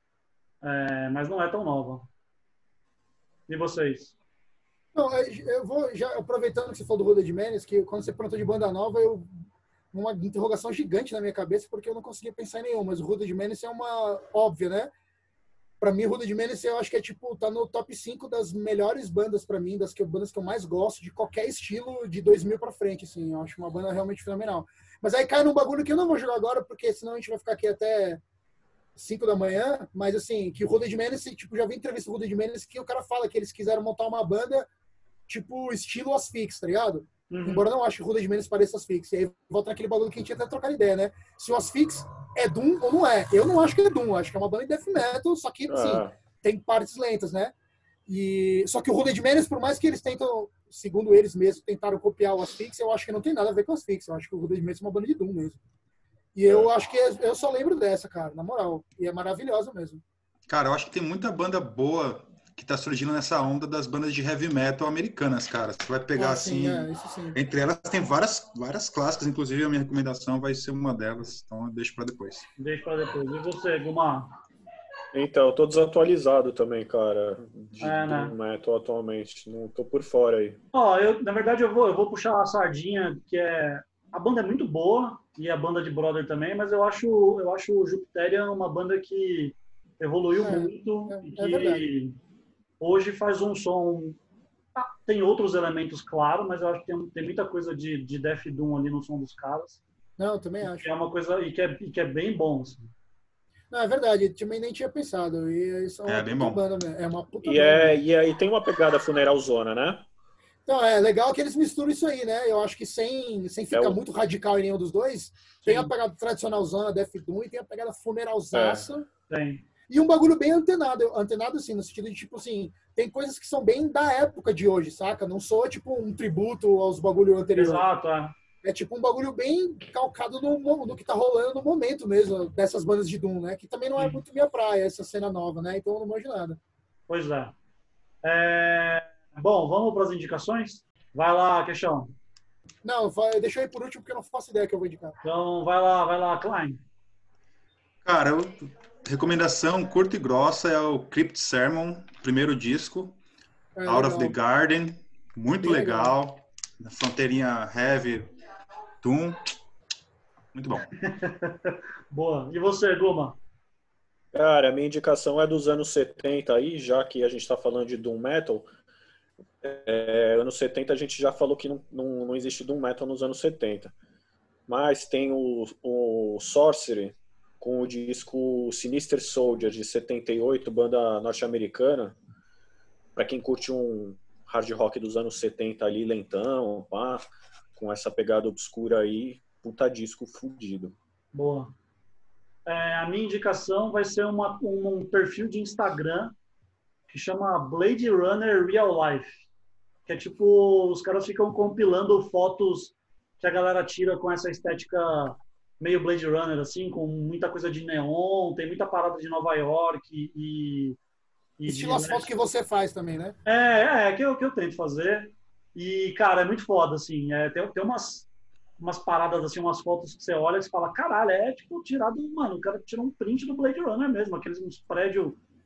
Mas não é tão nova. E vocês? Não, eu vou já aproveitando que você falou do Hooded Menace, que quando você perguntou de banda nova, uma interrogação gigante na minha cabeça, porque eu não conseguia pensar em nenhum, mas o Hooded Menace é uma óbvia, né? Pra mim, o Hooded Menace, eu acho que tá no top 5 das melhores bandas pra mim, bandas que eu mais gosto, de qualquer estilo de 2000 pra frente, assim. Eu acho uma banda realmente fenomenal. Mas aí cai num bagulho que eu não vou jogar agora, porque senão a gente vai ficar aqui até 5 da manhã, mas assim, que o Hooded Menace, já vi entrevista do Hooded Menace que o cara fala que eles quiseram montar uma banda tipo estilo Asphyx, tá ligado? Embora eu não ache que o Hooded Menace pareça Asphyx. E aí volta naquele bagulho que a gente ia até trocar ideia, né? Se o Asphyx é Doom ou não é. Eu não acho que é Doom, acho que é uma banda de Death Metal, só que, assim, tem partes lentas, né? Só que o Hooded Menace, por mais que eles tentam, segundo eles mesmos, tentaram copiar o Asphyx, eu acho que não tem nada a ver com o Asphyx. Eu acho que o Hooded Menace é uma banda de Doom mesmo. E eu acho que eu só lembro dessa, cara, na moral. E é maravilhosa mesmo. Cara, eu acho que tem muita banda boa que tá surgindo nessa onda das bandas de heavy metal americanas, cara. Você vai pegar assim, isso sim. Entre elas tem várias clássicas, inclusive a minha recomendação vai ser uma delas, então eu deixo para depois. Deixa para depois. E você, Gumar? Então, eu tô desatualizado também, cara, de né? Doom Metal atualmente. Não tô por fora aí. Na verdade, eu vou puxar a sardinha, que a banda é muito boa, e a banda de Brother também, mas eu acho o Jupiterian uma banda que evoluiu muito e que hoje faz um som. Tem outros elementos, claro, mas eu acho que tem muita coisa de Death Doom ali no som dos caras. Não, eu também acho. Que é uma coisa que é bem bom. Assim. Não, é verdade, eu também nem tinha pensado. E isso é bem bom. Banda, é uma puta e banda. E aí tem uma pegada funeralzona, né? Então, é legal que eles misturam isso aí, né? Eu acho que sem ficar muito radical em nenhum dos dois, tem a pegada tradicionalzona, Death Doom, e tem a pegada funeralzaça. Tem. E um bagulho bem antenado assim, no sentido de, tipo assim, tem coisas que são bem da época de hoje, saca? Não sou, tipo, um tributo aos bagulhos anteriores. Exato, É tipo um bagulho bem calcado no que tá rolando no momento mesmo, dessas bandas de Doom, né? Que também não é muito minha praia, essa cena nova, né? Então eu não manjo nada. Pois é. Bom, vamos para as indicações? Vai lá, Queixão. Não, deixa eu ir por último, porque eu não faço ideia que eu vou indicar. Então, vai lá, Klein. Cara, recomendação curta e grossa é o Crypt Sermon, primeiro disco, Out of the Garden, muito legal. Na fronteirinha heavy, Doom, muito bom. Boa. E você, Guma? Cara, a minha indicação é dos anos 70 aí, já que a gente está falando de Doom Metal. Anos 70 a gente já falou que não existe Doom Metal nos anos 70. Mas tem o Sorcery, com o disco Sinister Soldier, de 78, banda norte-americana. Para quem curte um hard rock dos anos 70 ali, lentão, pá, com essa pegada obscura aí, puta disco fudido. Boa. A minha indicação vai ser um perfil de Instagram que chama Blade Runner Real Life. Que é tipo, os caras ficam compilando fotos que a galera tira com essa estética meio Blade Runner, assim, com muita coisa de neon, tem muita parada de Nova York e estilo as fotos que você faz também, né? Que eu tento fazer. E, cara, é muito foda, assim. Tem umas paradas, assim, umas fotos que você olha e você fala, caralho, tipo tirado, mano, o cara tirou um print do Blade Runner mesmo, aqueles uns prédios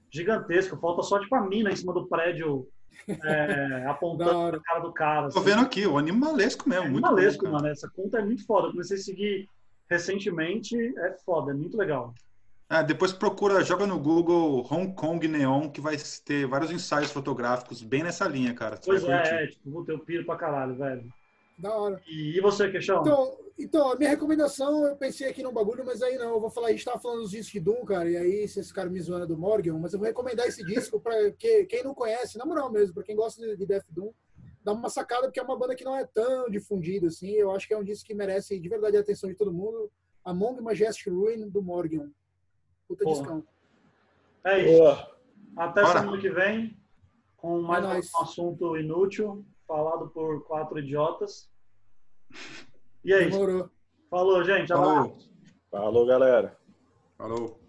gigantesco. Falta só tipo a mina em cima do prédio apontando a cara do cara. Tô assim. vendo aqui, o animalesco mesmo. É muito animalesco, bom, cara. mano. Essa conta é muito foda. Eu comecei a seguir recentemente. É foda, é muito legal. Depois procura, joga no Google Hong Kong Neon, que vai ter vários ensaios fotográficos bem nessa linha, cara. Você Pois vai curtir. tipo, puta, eu piro pra caralho, velho. Da hora. E você, Queixão? Então, a minha recomendação, eu pensei aqui num bagulho, mas aí não, eu vou falar, a gente tava falando dos discos de Doom, cara, e aí vocês ficaram me zoando do Morgan, mas eu vou recomendar esse disco pra quem não conhece, na moral mesmo, pra quem gosta de Death Doom, dá uma sacada, porque é uma banda que não é tão difundida assim, eu acho que é um disco que merece de verdade a atenção de todo mundo. Among Majestic Ruin, do Morgan. Puta discão. É isso. Boa. Até Bora. semana que vem, com mais nóis. um assunto inútil, falado por 4 idiotas. E é isso. Demorou. Falou, gente. Abraço. Falou. Falou, galera. Falou.